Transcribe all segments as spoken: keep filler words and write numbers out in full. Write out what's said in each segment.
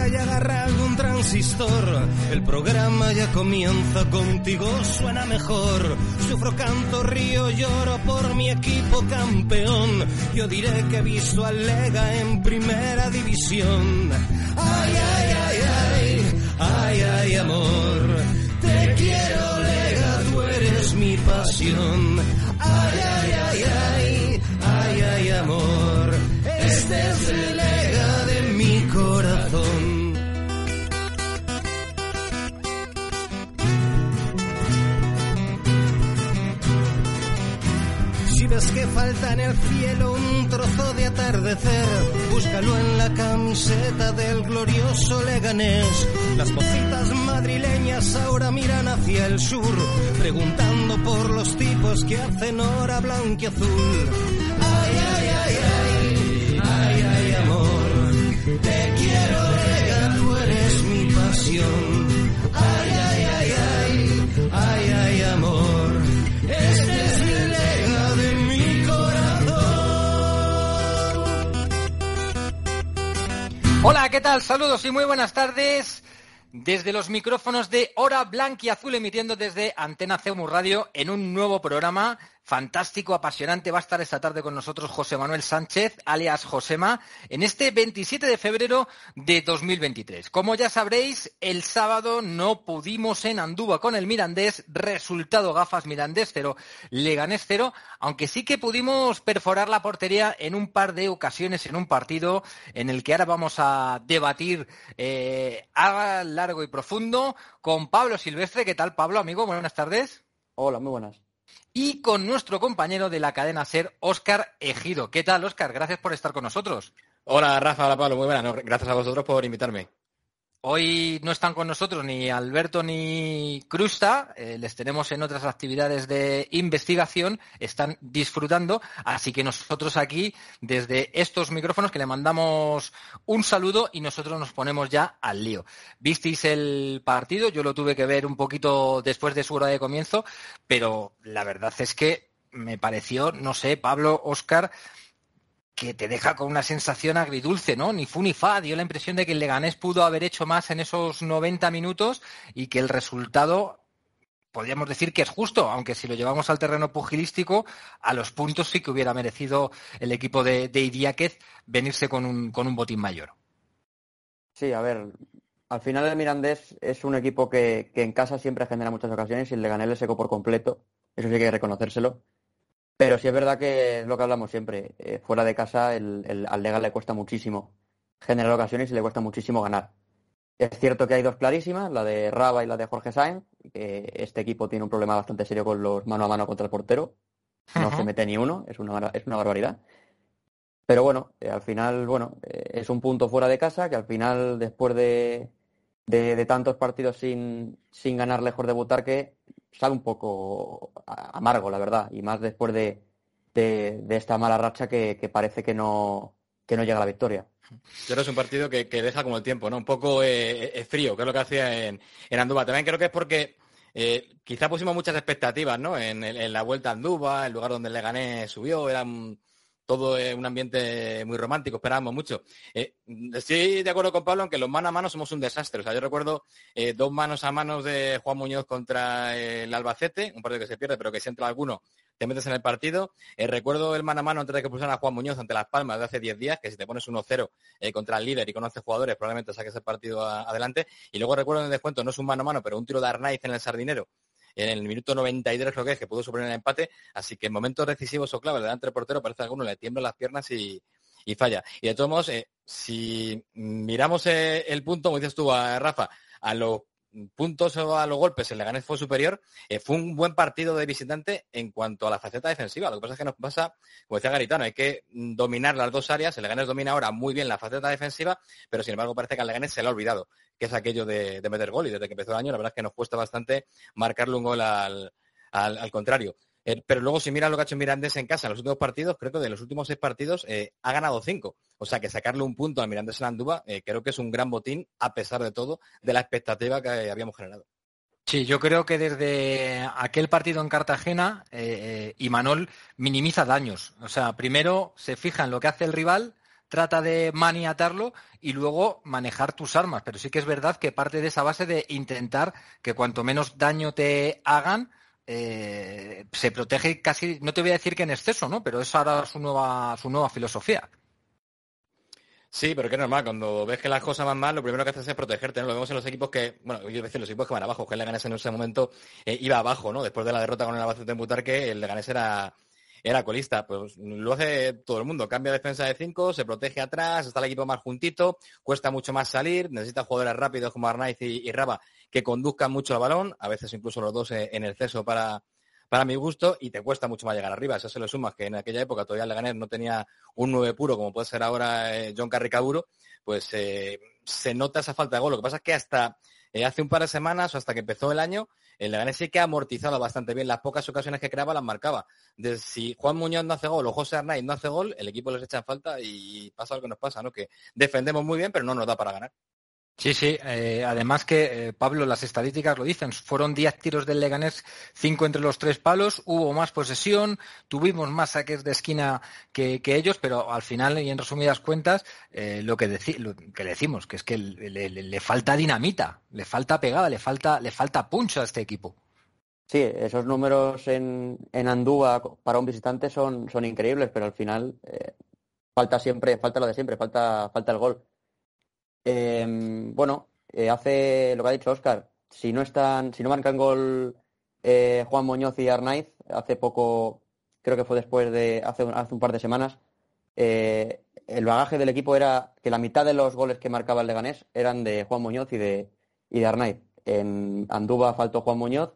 y agarra algún transistor. El programa ya comienza, contigo suena mejor. Sufro, canto, río, lloro por mi equipo campeón. Yo diré que he visto al Lega en primera división. Ay, ay, ay, ay, ay, ay, amor. Te quiero, Lega, tú eres mi pasión. Ay, ay, ay, ay, ay, ay, amor. Este es el Lega de mi corazón. Si ves que falta en el cielo un trozo de atardecer, búscalo en la camiseta del glorioso Leganés. Las mocitas madrileñas ahora miran hacia el sur, preguntando por los tipos que hacen hora blanquiazul. Ay, ay, ay, ay, ay, ay, amor. Te quiero, Lega, tú eres mi pasión. Ay, ay, ay, ay, ay, ay, amor. Este es el Lega de mi corazón. Hola, ¿qué tal? Saludos y muy buenas tardes desde los micrófonos de Hora Blanquiazul, emitiendo desde Antena C M U Radio en un nuevo programa fantástico, apasionante. Va a estar esta tarde con nosotros José Manuel Sánchez, alias Josema, en este veintisiete de febrero de dos mil veintitrés. Como ya sabréis, el sábado no pudimos en Andúba con el Mirandés, resultado gafas, Mirandés cero, Leganés cero, aunque sí que pudimos perforar la portería en un par de ocasiones en un partido en el que ahora vamos a debatir eh, a largo y profundo con Pablo Silvestre. ¿Qué tal, Pablo, amigo? Buenas tardes. Hola, muy buenas. Y con nuestro compañero de la cadena SER, Óscar Ejido. ¿Qué tal, Óscar? Gracias por estar con nosotros. Hola, Rafa, hola, Pablo, muy buenas. No, gracias a vosotros por invitarme. Hoy no están con nosotros ni Alberto ni Crusta, eh, les tenemos en otras actividades de investigación, están disfrutando, así que nosotros aquí, desde estos micrófonos, que le mandamos un saludo y nosotros nos ponemos ya al lío. ¿Visteis el partido? Yo lo tuve que ver un poquito después de su hora de comienzo, pero la verdad es que me pareció, no sé, Pablo, Óscar, que te deja con una sensación agridulce, ¿no? Ni fu ni fa, dio la impresión de que el Leganés pudo haber hecho más en esos noventa minutos y que el resultado, podríamos decir que es justo, aunque si lo llevamos al terreno pugilístico, a los puntos sí que hubiera merecido el equipo de, de Idiáquez venirse con un, con un botín mayor. Sí, a ver, al final el Mirandés es un equipo que, que en casa siempre genera muchas ocasiones y el Leganés le secó por completo, eso sí que hay que reconocérselo. Pero sí es verdad que es lo que hablamos siempre. Eh, fuera de casa el, el, al Lega le cuesta muchísimo generar ocasiones y le cuesta muchísimo ganar. Es cierto que hay dos clarísimas, la de Raba y la de Jorge Sáenz, que este equipo tiene un problema bastante serio con los mano a mano contra el portero. No uh-huh. se mete ni uno, es una, es una barbaridad. Pero bueno, eh, al final, bueno, eh, es un punto fuera de casa que al final, después de, de, de tantos partidos sin, sin ganar lejos de Butarque, sabe un poco amargo, la verdad, y más después de, de, de esta mala racha que, que parece que no, que no llega a la victoria. Yo creo que es un partido que, que deja como el tiempo, ¿no? Un poco eh, eh, frío, que es lo que hacía en, en Andúba. También creo que es porque eh, quizá pusimos muchas expectativas, ¿no? En, en, en la vuelta a Andúba, el lugar donde el Leganés subió, era un, todo eh, un ambiente muy romántico, esperábamos mucho. Eh, estoy de acuerdo con Pablo en que los mano a mano somos un desastre. O sea, yo recuerdo eh, dos manos a manos de Juan Muñoz contra el Albacete, un partido que se pierde, pero que si entra alguno te metes en el partido. Eh, recuerdo el mano a mano antes de que pusieran a Juan Muñoz ante Las Palmas de hace diez días, que si te pones uno cero eh, contra el líder y conoces jugadores, probablemente saques el partido a, adelante. Y luego recuerdo en el descuento, no es un mano a mano, pero un tiro de Arnaiz en el Sardinero, en el minuto noventa y tres creo que es, que pudo suponer el empate, así que en momentos decisivos o claves delante del portero parece que a alguno le tiemblan las piernas y, y falla. Y de todos modos, eh, si miramos eh, el punto, como dices tú, a Rafa, a los puntos o a los golpes el Leganés fue superior, eh, fue un buen partido de visitante en cuanto a la faceta defensiva. Lo que pasa es que nos pasa, como decía Garitano, hay que dominar las dos áreas. El Leganés domina ahora muy bien la faceta defensiva, pero sin embargo parece que al Leganés se le ha olvidado que es aquello de, de meter gol, y desde que empezó el año la verdad es que nos cuesta bastante marcarle un gol al, al, al contrario. Eh, pero luego si miras lo que ha hecho Mirandés en casa en los últimos partidos, creo que de los últimos seis partidos eh, ha ganado cinco. O sea que sacarle un punto al Mirandés en Andúba eh, creo que es un gran botín, a pesar de todo, de la expectativa que habíamos generado. Sí, yo creo que desde aquel partido en Cartagena, eh, eh, Imanol minimiza daños. O sea, primero se fija en lo que hace el rival, trata de maniatarlo y luego manejar tus armas. Pero sí que es verdad que parte de esa base de intentar que cuanto menos daño te hagan, eh, se protege casi, no te voy a decir que en exceso, ¿no? Pero es ahora su nueva, su nueva filosofía. Sí, pero que es normal, cuando ves que las cosas van mal, lo primero que haces es protegerte, ¿no? Lo vemos en los equipos que, bueno, yo decir, los equipos que van abajo, que el Leganés en ese momento eh, iba abajo, ¿no? Después de la derrota con el Albacete en Butarque, el Leganés era, era colista. Pues lo hace todo el mundo, cambia defensa de cinco, se protege atrás, está el equipo más juntito, cuesta mucho más salir, necesita jugadores rápidos como Arnaiz y, y Raba que conduzcan mucho el balón, a veces incluso los dos en exceso para... para mi gusto, y te cuesta mucho más llegar arriba. Eso se lo sumas que en aquella época todavía el Leganés no tenía un nueve puro, como puede ser ahora eh, John Carricaburu, pues eh, se nota esa falta de gol. Lo que pasa es que hasta eh, hace un par de semanas o hasta que empezó el año, el Leganés sí que ha amortizado bastante bien. Las pocas ocasiones que creaba las marcaba. De, si Juan Muñoz no hace gol o José Arnaiz no hace gol, el equipo les echa en falta y pasa lo que nos pasa, ¿no? Que defendemos muy bien, pero no nos da para ganar. Sí, sí, eh, además que, eh, Pablo, las estadísticas lo dicen, fueron diez tiros del Leganés, cinco entre los tres palos, hubo más posesión, tuvimos más saques de esquina que, que ellos, pero al final, y en resumidas cuentas, eh, lo, que deci- lo que decimos, que es que le, le, le falta dinamita, le falta pegada, le falta, le falta punch a este equipo. Sí, esos números en, en Andúba para un visitante son, son increíbles, pero al final eh, falta siempre, falta lo de siempre, falta, falta el gol. Eh, bueno, eh, hace lo que ha dicho Óscar, si no están, si no marcan gol eh, Juan Muñoz y Arnaiz, hace poco, creo que fue después de, hace un, hace un par de semanas, eh, el bagaje del equipo era que la mitad de los goles que marcaba el Leganés eran de Juan Muñoz y de, y de Arnaiz. En Andúba faltó Juan Muñoz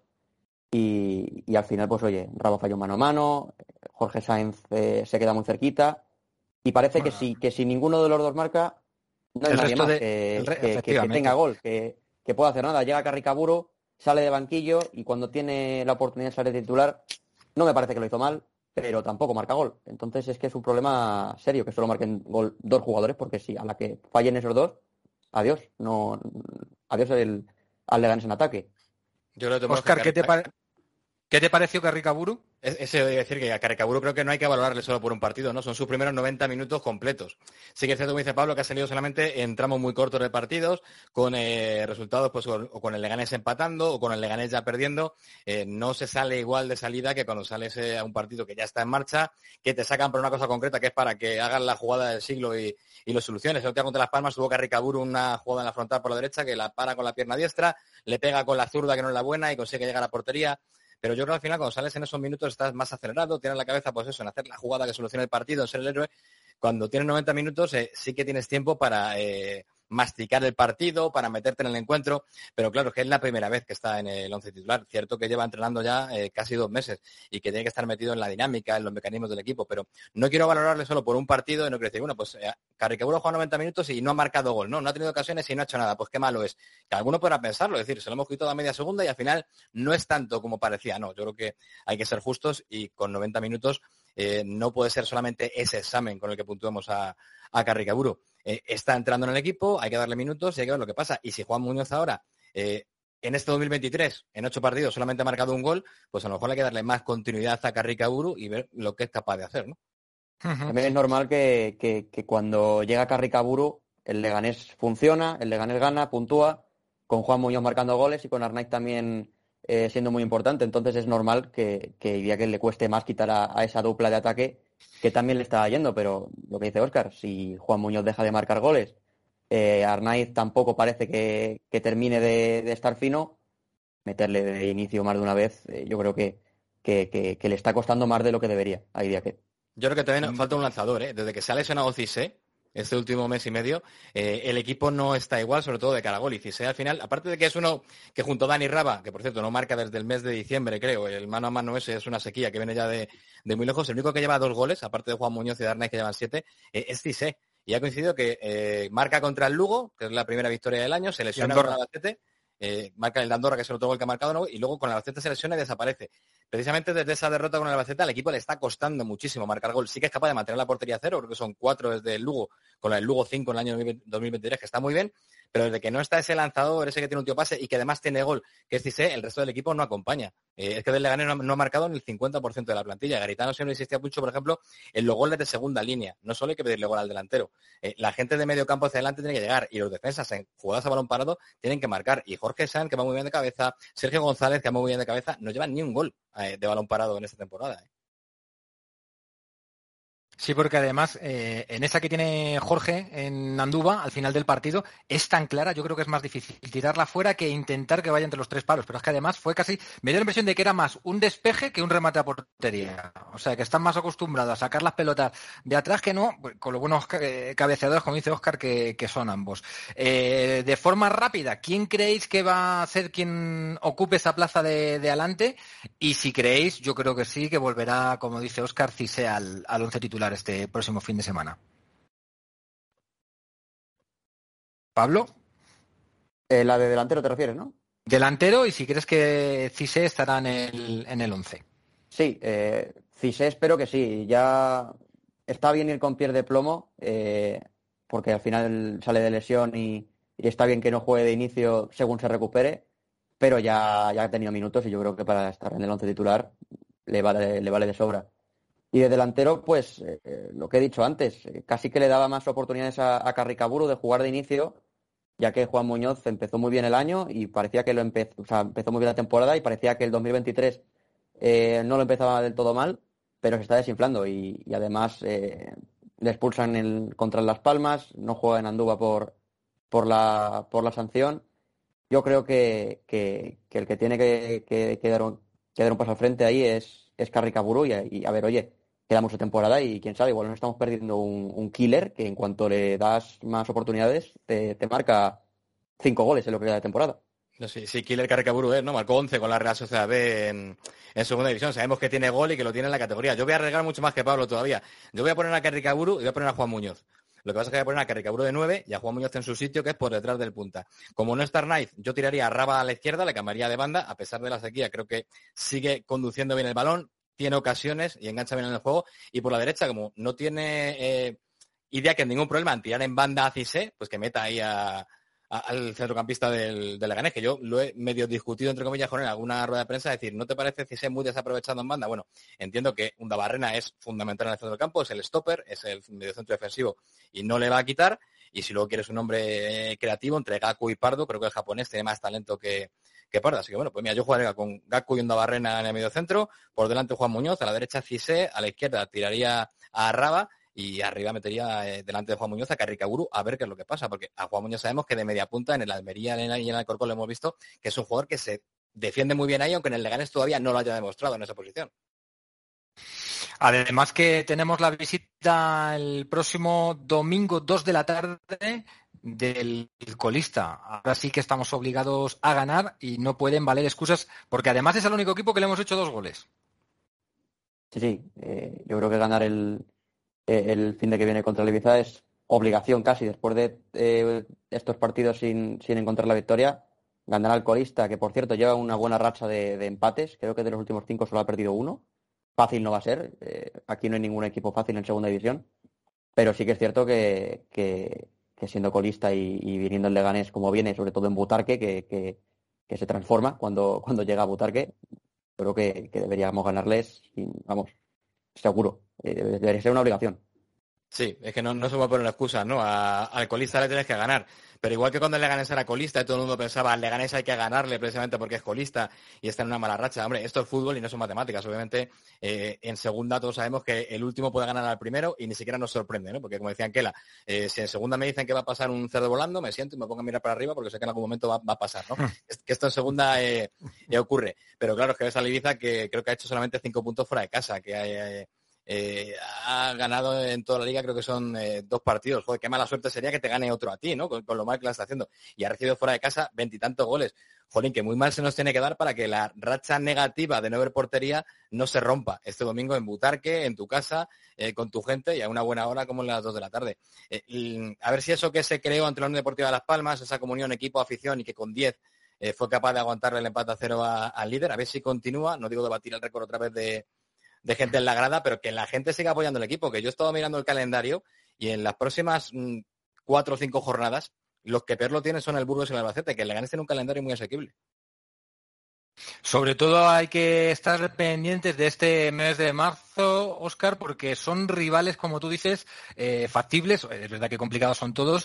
y, y al final, pues oye, Raba falló mano a mano, Jorge Sainz eh, se queda muy cerquita y parece Bueno, que si, que si ninguno de los dos marca, no hay el nadie resto más de, que, el re- que, que- que efectivamente. tenga gol, que, que pueda hacer nada. Llega Carricaburu, sale de banquillo y cuando tiene la oportunidad de salir de titular, no me parece que lo hizo mal, pero tampoco marca gol. Entonces es que es un problema serio que solo marquen gol dos jugadores, porque si a la que fallen esos dos, adiós. No, adiós el, al Leganés en ataque. Yo creo que tenemos Óscar, que ¿qué te, pa- ¿qué te pareció Carricaburu? Ese debe decir que a Carricaburu creo que no hay que valorarle solo por un partido, ¿no? Son sus primeros noventa minutos completos. Sí que es cierto, como dice Pablo, que ha salido solamente en tramos muy cortos de partidos, con eh, resultados, pues, o, o con el Leganés empatando, o con el Leganés ya perdiendo. Eh, no se sale igual de salida que cuando sales eh, a un partido que ya está en marcha, que te sacan por una cosa concreta, que es para que hagan la jugada del siglo y, y lo soluciones. El otro día contra Las Palmas tuvo Carricaburu una jugada en la frontal por la derecha, que la para con la pierna diestra, le pega con la zurda, que no es la buena, y consigue llegar a portería. Pero yo creo que al final cuando sales en esos minutos estás más acelerado, tienes la cabeza pues eso, en hacer la jugada que solucione el partido, en ser el héroe. Cuando tienes noventa minutos eh, sí que tienes tiempo para eh, masticar el partido, para meterte en el encuentro, pero claro, que es la primera vez que está en el once titular. Cierto que lleva entrenando ya eh, casi dos meses y que tiene que estar metido en la dinámica, en los mecanismos del equipo, pero no quiero valorarle solo por un partido y no quiero decir, bueno, pues eh, Carricaburu ha jugado noventa minutos y no ha marcado gol, no, no ha tenido ocasiones y no ha hecho nada, pues qué malo es. Que alguno podrá pensarlo, es decir, se lo hemos quitado a media segunda y al final no es tanto como parecía, no, yo creo que hay que ser justos y con noventa minutos eh, no puede ser solamente ese examen con el que puntuemos a, a Carricaburu. Eh, está entrando en el equipo, hay que darle minutos y hay que ver lo que pasa. Y si Juan Muñoz ahora, eh, en este dos mil veintitrés, en ocho partidos, solamente ha marcado un gol, pues a lo mejor hay que darle más continuidad a Carricaburu y ver lo que es capaz de hacer, ¿no? También es normal que, que, que cuando llega Carricaburu, el Leganés funciona, el Leganés gana, puntúa, con Juan Muñoz marcando goles y con Arnaiz también eh, siendo muy importante. Entonces es normal que, que diría que le cueste más quitar a, a esa dupla de ataque que también le está yendo. Pero lo que dice Óscar, si Juan Muñoz deja de marcar goles, eh, Arnaiz tampoco parece que, que termine de, de estar fino, meterle de inicio más de una vez, eh, yo creo que, que, que, que le está costando más de lo que debería a Idiáquez. Yo creo que también falta un lanzador, ¿eh? Desde que se ha lesionado Cissé, este último mes y medio, eh, el equipo no está igual, sobre todo de cara a gol. Y Cissé al final, aparte de que es uno que junto a Dani Raba, que por cierto no marca desde el mes de diciembre, creo, el mano a mano ese es una sequía que viene ya de, de muy lejos, el único que lleva dos goles, aparte de Juan Muñoz y de Arnaiz que llevan siete, eh, es Cissé. Y ha coincidido que eh, marca contra el Lugo, que es la primera victoria del año, se lesiona contra el Albacete, eh, marca el de Andorra, que es el otro gol que ha marcado, ¿no? Y luego con el Albacete se lesiona y desaparece. Precisamente desde esa derrota con el Albacete al equipo le está costando muchísimo marcar gol. Sí que es capaz de mantener la portería cero, porque son cuatro desde el Lugo, con el Lugo cinco en el año dos mil veintitrés, que está muy bien, pero desde que no está ese lanzador, ese que tiene un tío pase y que además tiene gol, que es Cissé, el resto del equipo no acompaña. Eh, es que del Leganés no, no ha marcado ni el cincuenta por ciento de la plantilla. Garitano siempre insistía mucho, por ejemplo, en los goles de segunda línea. No solo hay que pedirle gol al delantero. Eh, la gente de medio campo hacia adelante tiene que llegar y los defensas en jugadas a balón parado tienen que marcar. Y Jorge Sanz, que va muy bien de cabeza, Sergio González, que va muy bien de cabeza, no llevan ni un gol eh, de balón parado en esta temporada. Eh. Sí, porque además eh, en esa que tiene Jorge en Andúba, al final del partido, es tan clara, yo creo que es más difícil tirarla fuera que intentar que vaya entre los tres palos. Pero es que además fue casi, me dio la impresión de que era más un despeje que un remate a portería. O sea, que están más acostumbrados a sacar las pelotas de atrás que no, con los buenos eh, cabeceadores, como dice Óscar, que, que son ambos. Eh, de forma rápida, ¿quién creéis que va a ser quien ocupe esa plaza de, de adelante? Y si creéis, yo creo que sí, que volverá, como dice Óscar, Cissé al, al once titular este próximo fin de semana. ¿Pablo? Eh, la de delantero te refieres, ¿no? Delantero, y si crees que Cissé estará en el, en el once. Sí, eh, Cissé espero que sí. Ya está bien ir con pies de plomo, eh, porque al final sale de lesión y, y está bien que no juegue de inicio según se recupere, pero ya, ya ha tenido minutos y yo creo que para estar en el once titular le vale, le vale de sobra. Y de delantero, pues, eh, lo que he dicho antes, eh, casi que le daba más oportunidades a, a Carricaburu de jugar de inicio, ya que Juan Muñoz empezó muy bien el año y parecía que lo empezó, o sea, empezó muy bien la temporada y parecía que el dos mil veintitrés eh, no lo empezaba del todo mal, pero se está desinflando y, y además eh, le expulsan el, contra Las Palmas, no juega en Andúba por, por, la, por la sanción. Yo creo que, que, que el que tiene que, que, que, dar un, que dar un paso al frente ahí es, es Carricaburu y, y a ver, oye, queda mucha temporada y quién sabe, igual nos estamos perdiendo un, un killer que en cuanto le das más oportunidades te, te marca cinco goles en lo que queda de temporada. No, sí, sí, Killer Carricaburu es, ¿no? Marcó once con la Real Sociedad B en, en segunda división. Sabemos que tiene gol y que lo tiene en la categoría. Yo voy a arriesgar mucho más que Pablo todavía. Yo voy a poner a Carricaburu y voy a poner a Juan Muñoz. Lo que pasa es que voy a poner a Carricaburu de nueve y a Juan Muñoz en su sitio, que es por detrás del punta. Como no está Arnaiz, yo tiraría a Raba a la izquierda, le cambiaría de banda, a pesar de la sequía, creo que sigue conduciendo bien el balón, tiene ocasiones y engancha bien en el juego. Y por la derecha, como no tiene eh, idea que ningún problema en tirar en banda a Cissé, pues que meta ahí a, a, al centrocampista del, del Leganés, que yo lo he medio discutido, entre comillas, con él en alguna rueda de prensa, decir, ¿no te parece Cissé muy desaprovechado en banda? Bueno, entiendo que Undabarrena es fundamental en el centro del campo, es el stopper, es el mediocentro defensivo y no le va a quitar. Y si luego quieres un hombre creativo entre Gaku y Pardo, creo que el japonés tiene más talento que, que Pardo. Así que bueno, pues mira, yo jugaría con Gaku y Undabarrena en el medio centro, por delante Juan Muñoz, a la derecha Cissé, a la izquierda tiraría a Raba y arriba metería eh, delante de Juan Muñoz a Carricaburu a ver qué es lo que pasa, porque a Juan Muñoz sabemos que de media punta en el Almería y en el Alcorcón lo hemos visto, que es un jugador que se defiende muy bien ahí, aunque en el Leganés todavía no lo haya demostrado en esa posición. Además que tenemos la visita el próximo domingo dos de la tarde del colista. Ahora sí que estamos obligados a ganar y no pueden valer excusas porque además es el único equipo que le hemos hecho dos goles. Sí, sí, eh, yo creo que ganar el, el fin de que viene contra el Ibiza es obligación casi, después de eh, estos partidos sin, sin encontrar la victoria, ganar al colista, que por cierto lleva una buena racha de, de empates, creo que de los últimos cinco solo ha perdido uno. Fácil no va a ser, eh, aquí no hay ningún equipo fácil en segunda división, pero sí que es cierto que, que, que siendo colista y, y viniendo el Leganés como viene, sobre todo en Butarque, que, que, que se transforma cuando, cuando llega a Butarque, creo que, que deberíamos ganarles, y, vamos, seguro, eh, debería ser una obligación. Sí, es que no, no se puede poner excusas, ¿no? A, al colista le tienes que ganar. Pero igual que cuando el Leganés era colista y todo el mundo pensaba, al Leganés hay que ganarle precisamente porque es colista y está en una mala racha. Hombre, esto es fútbol y no son matemáticas. Obviamente, eh, en segunda todos sabemos que el último puede ganar al primero y ni siquiera nos sorprende, ¿no? Porque como decía Anquela, eh, si en segunda me dicen que va a pasar un cerdo volando, me siento y me pongo a mirar para arriba porque sé que en algún momento va, va a pasar, ¿no? Es que esto en segunda eh, eh, ocurre. Pero claro, es que ves al Ibiza que creo que ha hecho solamente cinco puntos fuera de casa, que hay... Eh, Eh, ha ganado en toda la liga, creo que son eh, dos partidos. Joder, qué mala suerte sería que te gane otro a ti, ¿no? Con, con lo mal que la está haciendo. Y ha recibido fuera de casa veintitantos goles. Jolín, que muy mal se nos tiene que dar para que la racha negativa de no ver portería no se rompa este domingo en Butarque, en tu casa, eh, con tu gente y a una buena hora como en las dos de la tarde. Eh, y, a ver si eso que se creó ante la Unión Deportiva de Las Palmas, esa comunión equipo-afición y que con diez eh, fue capaz de aguantarle el empate a cero al líder, a ver si continúa. No digo de batir el récord otra vez de de gente en la grada, pero que la gente siga apoyando el equipo, que yo he estado mirando el calendario y en las próximas mmm, cuatro o cinco jornadas, los que peor lo tienen son el Burgos y el Albacete, que el Leganés tiene un calendario muy asequible. Sobre todo hay que estar pendientes de este mes de marzo, Óscar, porque son rivales, como tú dices, eh, factibles. Es verdad que complicados son todos,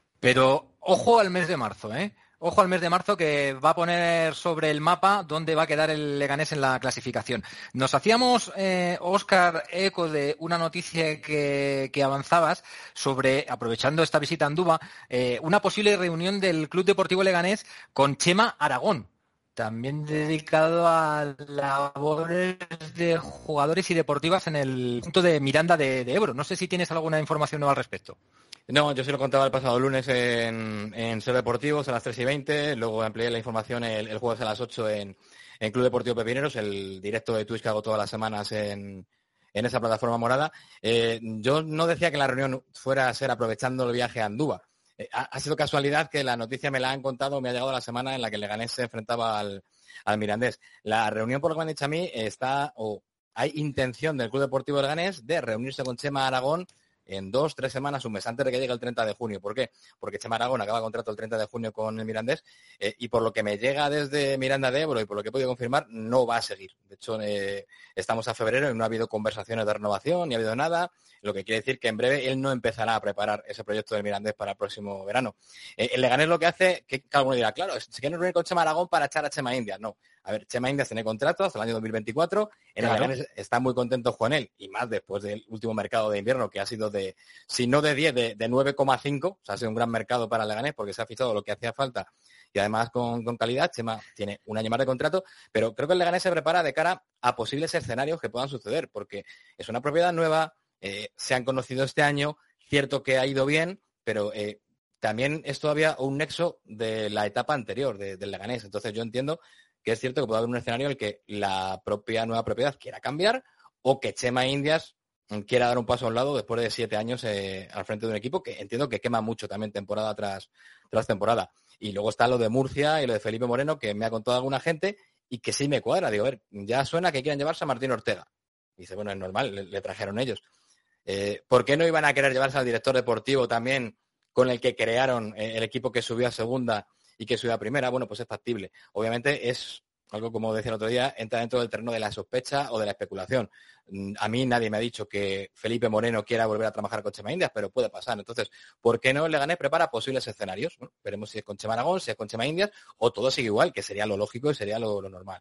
pero ojo al mes de marzo, ¿eh? Ojo al mes de marzo que va a poner sobre el mapa dónde va a quedar el Leganés en la clasificación. Nos hacíamos, eh, Óscar, eco de una noticia que, que avanzabas sobre, aprovechando esta visita a Andúba, eh, una posible reunión del Club Deportivo Leganés con Chema Aragón, también dedicado a labores de jugadores y deportivas en el punto de Miranda de, de Ebro. No sé si tienes alguna información nueva al respecto. No, yo se lo contaba el pasado lunes en, en Ser Deportivos a las tres y veinte, luego amplié la información el, el jueves a las ocho en, en Club Deportivo Pepineros, el directo de Twitch que hago todas las semanas en, en esa plataforma morada. Eh, yo no decía que la reunión fuera a ser aprovechando el viaje a Andúba. Eh, ha, ha sido casualidad que la noticia me la han contado, me ha llegado la semana en la que el Leganés se enfrentaba al, al Mirandés. La reunión, por lo que me han dicho a mí, está, o hay intención del Club Deportivo Leganés de reunirse con Chema Aragón en dos, tres semanas, un mes antes de que llegue el treinta de junio. ¿Por qué? Porque Chema Aragón acaba contrato el treinta de junio con el Mirandés eh, y por lo que me llega desde Miranda de Ebro y por lo que he podido confirmar, no va a seguir. De hecho, eh, estamos a febrero y no ha habido conversaciones de renovación, ni ha habido nada, lo que quiere decir que en breve él no empezará a preparar ese proyecto del Mirandés para el próximo verano. Eh, el Leganés lo que hace, que cada uno dirá, claro, si quieren reunir con Chema Aragón para echar a Chema Indias. No. A ver, Chema Indias tiene contrato hasta el año dos mil veinticuatro, en claro. El Leganés está muy contento con él, y más después del último mercado de invierno, que ha sido de, si no de diez, de, de nueve coma cinco, o sea, ha sido un gran mercado para el Leganés, porque se ha fichado lo que hacía falta, y además con, con calidad. Chema tiene un año más de contrato, pero creo que el Leganés se prepara de cara a posibles escenarios que puedan suceder, porque es una propiedad nueva, eh, se han conocido este año, cierto que ha ido bien, pero eh, también es todavía un nexo de la etapa anterior de, del Leganés. Entonces yo entiendo que es cierto que puede haber un escenario en el que la propia nueva propiedad quiera cambiar o que Chema Indias quiera dar un paso a un lado después de siete años eh, al frente de un equipo que entiendo que quema mucho también temporada tras, tras temporada. Y luego está lo de Murcia y lo de Felipe Moreno, que me ha contado alguna gente y que sí me cuadra. Digo, a ver, ya suena que quieran llevarse a Martín Ortega. Y dice, bueno, es normal, le, le trajeron ellos. Eh, ¿Por qué no iban a querer llevarse al director deportivo también con el que crearon eh, el equipo que subió a segunda y que subió a primera? Bueno, pues es factible. Obviamente es algo, como decía el otro día, entra dentro del terreno de la sospecha o de la especulación. A mí nadie me ha dicho que Felipe Moreno quiera volver a trabajar con Chema Indias, pero puede pasar. Entonces, ¿por qué no el Leganés prepara posibles escenarios? Bueno, veremos si es con Chema Aragón, si es con Chema Indias, o todo sigue igual, que sería lo lógico y sería lo, lo normal.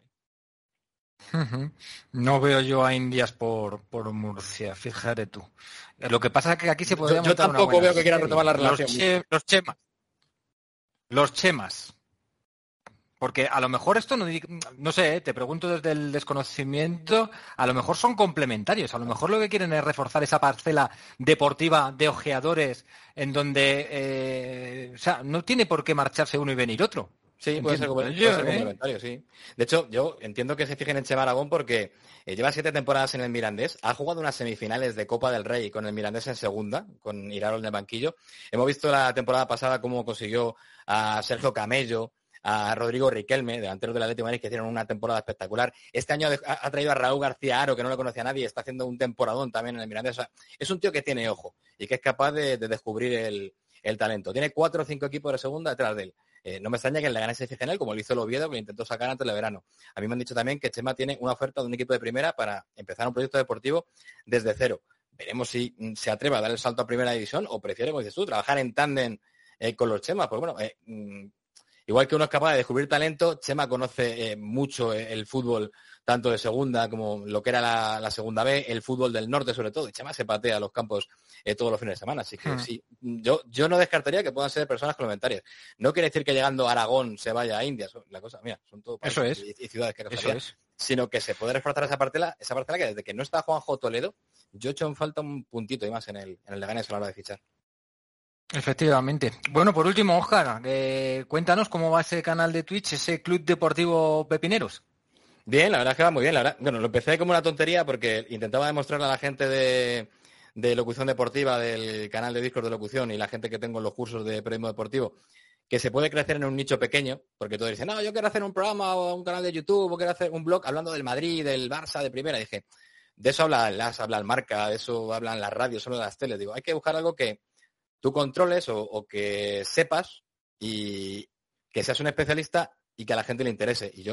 Uh-huh. No veo yo a Indias por, por Murcia, fíjate tú. Lo que pasa es que aquí se podría Yo, yo tampoco veo que quieran retomar la relación. Los, che, los Chemas. Los Chemas. Porque a lo mejor esto, no, no sé, te pregunto desde el desconocimiento, a lo mejor son complementarios, a lo mejor lo que quieren es reforzar esa parcela deportiva de ojeadores en donde, eh, o sea, no tiene por qué marcharse uno y venir otro. Sí, puede ser, puede yo, ser ¿eh? complementario, sí. De hecho, yo entiendo que se fijen en Chema Aragón porque eh, lleva siete temporadas en el Mirandés, ha jugado unas semifinales de Copa del Rey con el Mirandés en segunda, con Irarol en el banquillo. Hemos visto la temporada pasada cómo consiguió a Sergio Camello, a Rodrigo Riquelme, delantero del Atlético de Madrid, que hicieron una temporada espectacular. Este año ha traído a Raúl García Aro, que no le conocía a nadie, y está haciendo un temporadón también en el Mirandés. O sea, es un tío que tiene ojo y que es capaz de, de descubrir el, el talento. Tiene cuatro o cinco equipos de segunda detrás de él. Eh, no me extraña que el Leganés se fije en él, como lo hizo el Oviedo, que lo intentó sacar antes del verano. A mí me han dicho también que Chema tiene una oferta de un equipo de primera para empezar un proyecto deportivo desde cero. Veremos si se atreve a dar el salto a primera división o prefiere, como dices tú, trabajar en tándem eh, con los Chemas. Pues bueno, eh, igual que uno es capaz de descubrir talento, Chema conoce eh, mucho el fútbol, tanto de segunda como lo que era la, la segunda B, el fútbol del norte sobre todo, y Chema se patea a los campos eh, todos los fines de semana, así que hmm. sí, yo, yo no descartaría que puedan ser personas complementarias. No quiere decir que llegando a Aragón se vaya a Indias, la cosa, mira, son todo países Eso es. y, y ciudades que Eso es. Sino que se puede reforzar esa parcela, esa parcela que desde que no está Juanjo Toledo, yo he hecho en falta un puntito y más en el, en el Leganés a la hora de fichar. Efectivamente. Bueno, por último, Óscar, eh, cuéntanos cómo va ese canal de Twitch, ese Club Deportivo Pepineros. Bien, la verdad es que va muy bien. La verdad, bueno, lo empecé como una tontería porque intentaba demostrarle a la gente de, de locución deportiva del canal de Discord de locución y la gente que tengo en los cursos de periodismo deportivo que se puede crecer en un nicho pequeño, porque todos dicen, no, yo quiero hacer un programa o un canal de YouTube o quiero hacer un blog hablando del Madrid, del Barça, de primera. Y dije, de eso habla las, habla el Marca, de eso hablan las radios, solo las teles. Digo, hay que buscar algo que tú controles o, o que sepas y que seas un especialista y que a la gente le interese. Y yo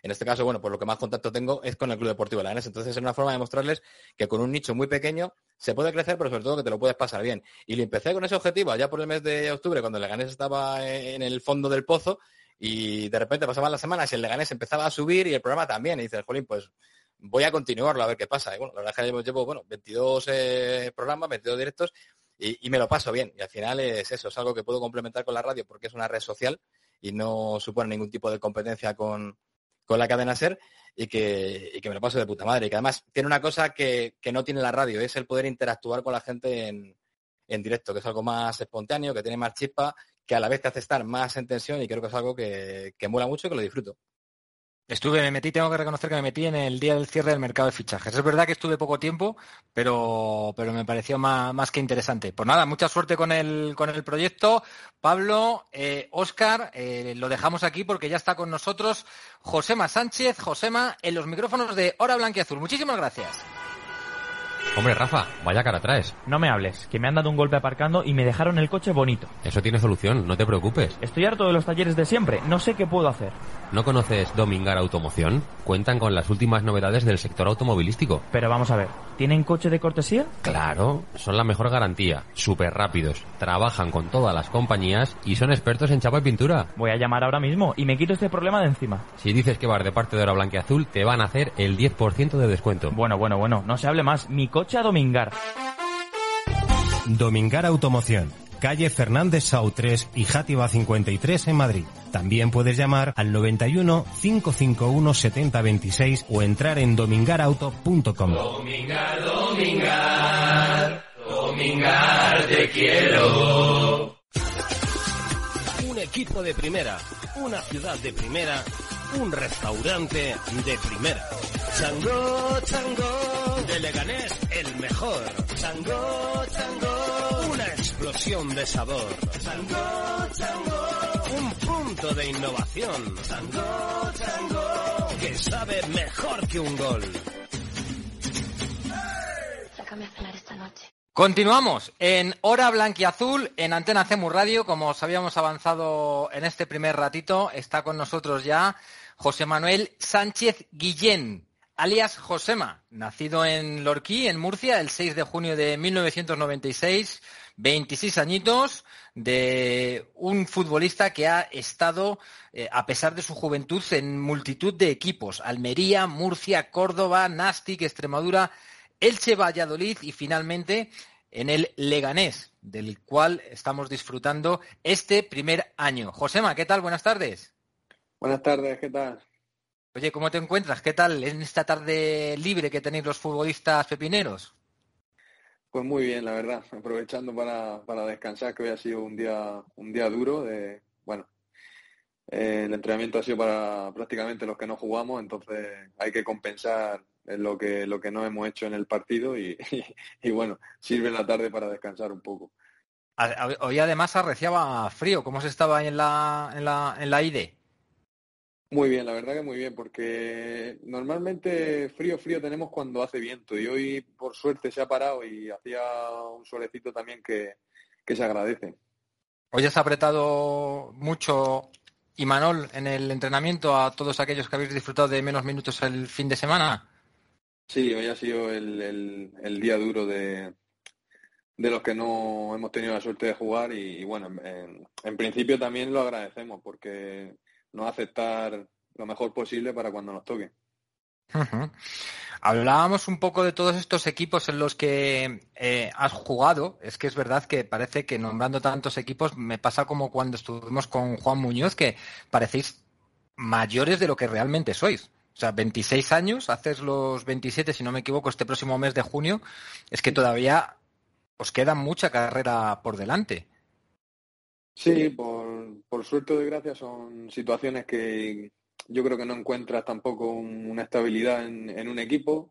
En este caso, bueno, pues lo que más contacto tengo es con el Club Deportivo Leganés. Entonces es una forma de mostrarles que con un nicho muy pequeño se puede crecer, pero sobre todo que te lo puedes pasar bien. Y lo empecé con ese objetivo allá por el mes de octubre, cuando el Leganés estaba en el fondo del pozo, y de repente pasaban las semanas y el Leganés empezaba a subir y el programa también. Y dices, jolín, pues voy a continuarlo a ver qué pasa. Y bueno, la verdad es que llevo, llevo bueno, veintidós eh, programas, veintidós directos, y, y me lo paso bien. Y al final es eso, es algo que puedo complementar con la radio porque es una red social y no supone ningún tipo de competencia con, con la cadena SER, y que, y que me lo paso de puta madre. Y que además tiene una cosa que, que no tiene la radio, es el poder interactuar con la gente en, en directo, que es algo más espontáneo, que tiene más chispa, que a la vez te hace estar más en tensión, y creo que es algo que, que mola mucho y que lo disfruto. Estuve, me metí, tengo que reconocer que me metí en el día del cierre del mercado de fichajes. Es verdad que estuve poco tiempo, pero, pero me pareció más, más que interesante. Pues nada, mucha suerte con el, con el proyecto. Pablo, eh, Óscar, eh, lo dejamos aquí porque ya está con nosotros Josema Sánchez. Josema, en los micrófonos de Hora Blanquiazul. Muchísimas gracias. Hombre, Rafa, vaya cara traes. No me hables, que me han dado un golpe aparcando y me dejaron el coche bonito. Eso tiene solución, no te preocupes. Estoy harto de los talleres de siempre, no sé qué puedo hacer. ¿No conoces Domingar Automoción? Cuentan con las últimas novedades del sector automovilístico. Pero vamos a ver, ¿tienen coche de cortesía? Claro, son la mejor garantía, súper rápidos, trabajan con todas las compañías y son expertos en chapa y pintura. Voy a llamar ahora mismo y me quito este problema de encima. Si dices que vas de parte de Hora Blanquiazul, te van a hacer el diez por ciento de descuento. Bueno, bueno, bueno, no se hable más, mi coche a Domingar. Domingar Automoción, calle Fernández Sau tres y Játiva cincuenta y tres en Madrid. También puedes llamar al noventa y uno, cinco cinco uno, setenta veintiséis o entrar en domingarauto punto com. Domingar, Domingar, Domingar, te quiero. Un equipo de primera, una ciudad de primera, un restaurante de primera. Chango, Chango, de Leganés el mejor. Chango, Chango, una explosión de sabor. Chango, Chango, un punto de innovación. Chango, Chango, que sabe mejor que un gol. Sácame a cenar esta noche. Continuamos en Hora Blanquiazul, en Antena C E M U Radio. Como os habíamos avanzado en este primer ratito, está con nosotros ya José Manuel Sánchez Guillén, alias Josema, nacido en Lorquí, en Murcia, el seis de junio de mil novecientos noventa y seis, veintiséis añitos, de un futbolista que ha estado, eh, a pesar de su juventud, en multitud de equipos: Almería, Murcia, Córdoba, Nástic, Extremadura, Elche, Valladolid y finalmente en el Leganés, del cual estamos disfrutando este primer año. Josema, ¿qué tal? Buenas tardes. Buenas tardes, ¿qué tal? Oye, ¿cómo te encuentras? ¿Qué tal en esta tarde libre que tenéis los futbolistas pepineros? Pues muy bien, la verdad, aprovechando para, para descansar, que hoy ha sido un día un día duro. De, bueno, eh, el entrenamiento ha sido para prácticamente los que no jugamos, entonces hay que compensar lo que lo que no hemos hecho en el partido y, y, y bueno, sirve la tarde para descansar un poco. Hoy además arreciaba frío. ¿Cómo se estaba ahí en la, en la, en la I D? Muy bien, la verdad que muy bien, porque normalmente frío, frío tenemos cuando hace viento y hoy por suerte se ha parado y hacía un solecito también que, que se agradece. Hoy has apretado mucho, Imanol, en el entrenamiento a todos aquellos que habéis disfrutado de menos minutos el fin de semana. Sí, hoy ha sido el, el, el día duro de, de los que no hemos tenido la suerte de jugar y, y bueno, en, en principio también lo agradecemos porque nos hace estar lo mejor posible para cuando nos toque. Uh-huh. Hablábamos un poco de todos estos equipos en los que eh, has jugado. Es que es verdad que parece que nombrando tantos equipos me pasa como cuando estuvimos con Juan Muñoz, que parecéis mayores de lo que realmente sois. O sea, veintiséis años, haces los veintisiete, si no me equivoco, este próximo mes de junio. Es que todavía os queda mucha carrera por delante. Sí, por, por suerte o desgracia son situaciones que yo creo que no encuentras tampoco un, una estabilidad en, en un equipo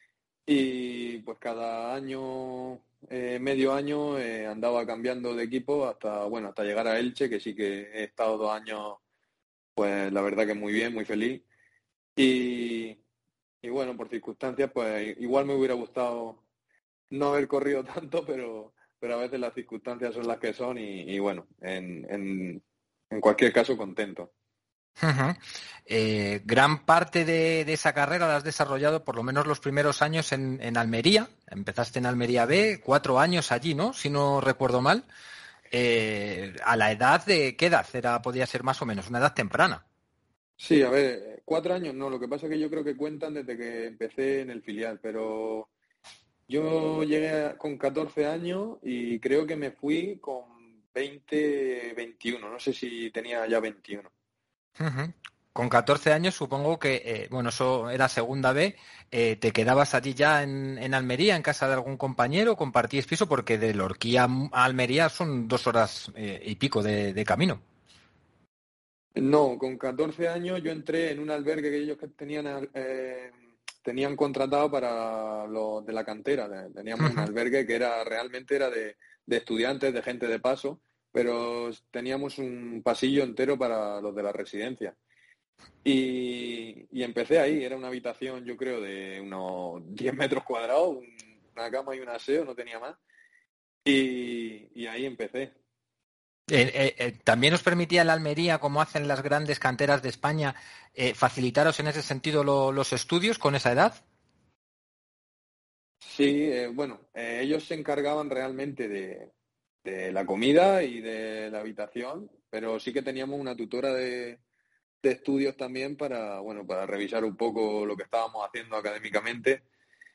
y pues cada año, eh, medio año eh, andaba cambiando de equipo hasta bueno hasta llegar a Elche, que sí que he estado dos años pues la verdad que muy bien, muy feliz y, y bueno, por circunstancias pues igual me hubiera gustado no haber corrido tanto, pero pero a veces las circunstancias son las que son y, y bueno, en, en, en cualquier caso contento. Uh-huh. Eh, gran parte de, de esa carrera la has desarrollado, por lo menos los primeros años, en, en Almería. Empezaste en Almería B, cuatro años allí, ¿no? Si no recuerdo mal. Eh, ¿A la edad de qué edad era, podía ser más o menos? Una edad temprana. Sí, a ver, cuatro años no, lo que pasa es que yo creo que cuentan desde que empecé en el filial, pero yo llegué con catorce años y creo que me fui con veinte, veintiuno, no sé si tenía ya veintiuno. Uh-huh. Con catorce años supongo que, eh, bueno, eso era segunda B, eh, ¿te quedabas allí ya en, en Almería, en casa de algún compañero, compartíais piso? Porque de Lorquía a Almería son dos horas eh, y pico de, de camino. No, con catorce años yo entré en un albergue que ellos que tenían eh, tenían contratado para los de la cantera. Teníamos uh-huh. un albergue que era realmente era de, de estudiantes, de gente de paso, pero teníamos un pasillo entero para los de la residencia. Y, y empecé ahí, era una habitación yo creo de unos diez metros cuadrados, una cama y un aseo, no tenía más. Y, y ahí empecé. Eh, eh, eh, ¿También os permitía la Almería, como hacen las grandes canteras de España, eh, facilitaros en ese sentido lo, los estudios con esa edad? Sí, eh, bueno, eh, ellos se encargaban realmente de, de la comida y de la habitación, pero sí que teníamos una tutora de, de estudios también para, bueno, para revisar un poco lo que estábamos haciendo académicamente.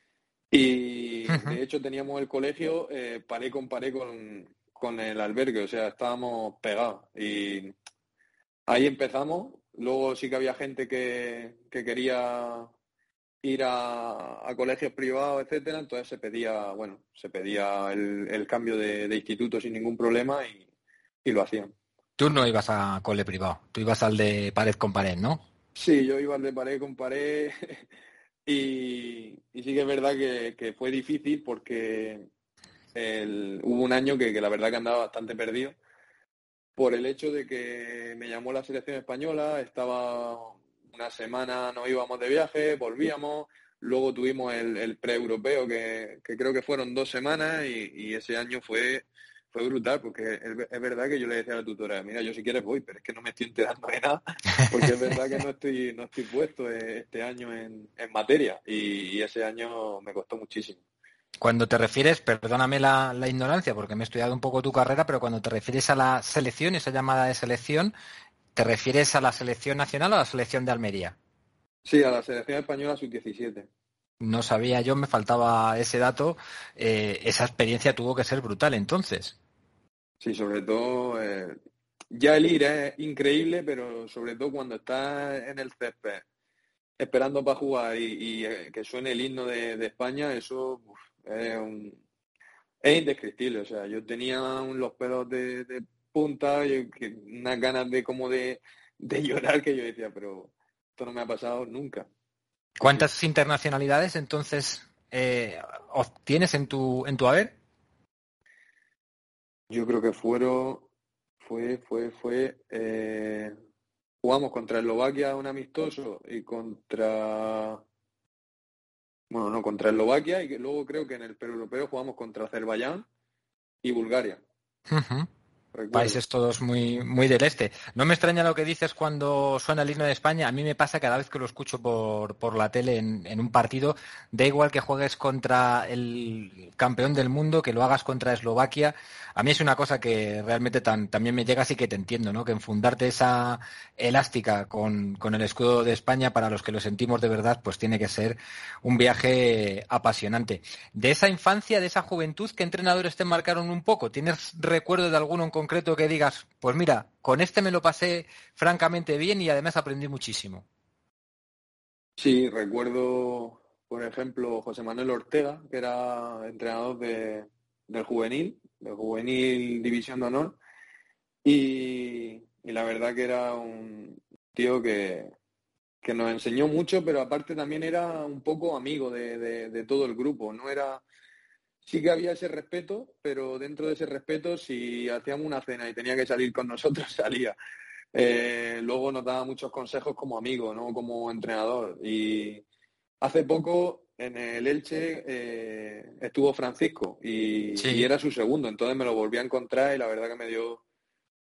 Y uh-huh. de hecho teníamos el colegio eh, paré con paré con, con el albergue, o sea, estábamos pegados. Y ahí empezamos. Luego sí que había gente que, que quería ir a, a colegios privados, etcétera, entonces se pedía, bueno, se pedía el, el cambio de, de instituto sin ningún problema y, y lo hacían. Tú no ibas a cole privado, tú ibas al de pared con pared, ¿no? Sí, yo iba al de pared con pared y, y sí que es verdad que, que fue difícil porque el, hubo un año que, que la verdad que andaba bastante perdido por el hecho de que me llamó la selección española, estaba una semana, nos íbamos de viaje, volvíamos, luego tuvimos el, el pre-europeo que, que creo que fueron dos semanas y, y ese año fue... Fue brutal, porque es, es verdad que yo le decía a la tutora, mira, yo si quieres voy, pero es que no me estoy enterando de nada, porque es verdad que no estoy no estoy puesto este año en, en materia, y, y ese año me costó muchísimo. Cuando te refieres, perdóname la, la ignorancia, porque me he estudiado un poco tu carrera, pero cuando te refieres a la selección, esa llamada de selección, ¿te refieres a la selección nacional o a la selección de Almería? Sí, a la selección española sub diecisiete. No sabía yo, me faltaba ese dato. Eh, esa experiencia tuvo que ser brutal entonces. Sí, sobre todo, eh, ya el ir es increíble, pero sobre todo cuando estás en el césped esperando para jugar y, y eh, que suene el himno de, de España, eso uf, es, un, es indescriptible. O sea, yo tenía un, los pelos de, de punta, y que, unas ganas de como de, de llorar que yo decía, pero esto no me ha pasado nunca. ¿Cuántas sí. internacionalidades entonces eh, obtienes en tu en tu haber? Yo creo que fueron, fue, fue, fue, eh, jugamos contra Eslovaquia un amistoso y contra, bueno, no, contra Eslovaquia y que luego creo que en el pre-europeo jugamos contra Azerbaiyán y Bulgaria. Uh-huh. Países todos muy muy del este. No me extraña lo que dices cuando suena el himno de España. A mí me pasa cada vez que lo escucho por, por la tele en, en un partido. Da igual que juegues contra el campeón del mundo, que lo hagas contra Eslovaquia. A mí es una cosa que realmente tan, también me llega, así que te entiendo, ¿no? Que enfundarte esa elástica con, con el escudo de España, para los que lo sentimos de verdad, pues tiene que ser un viaje apasionante. De esa infancia, de esa juventud, ¿qué entrenadores te marcaron un poco? ¿Tienes recuerdo de alguno en concreto que digas, pues mira, con este me lo pasé francamente bien y además aprendí muchísimo? Sí, recuerdo, por ejemplo, José Manuel Ortega, que era entrenador de, del juvenil, del juvenil División de Honor, y, y la verdad que era un tío que, que nos enseñó mucho, pero aparte también era un poco amigo de, de, de todo el grupo. No era, sí que había ese respeto, pero dentro de ese respeto, si hacíamos una cena y tenía que salir con nosotros, salía. Eh, luego nos daba muchos consejos como amigo, no como entrenador. Y hace poco en el Elche eh, estuvo Francisco y, sí. y era su segundo, entonces me lo volví a encontrar y la verdad que me dio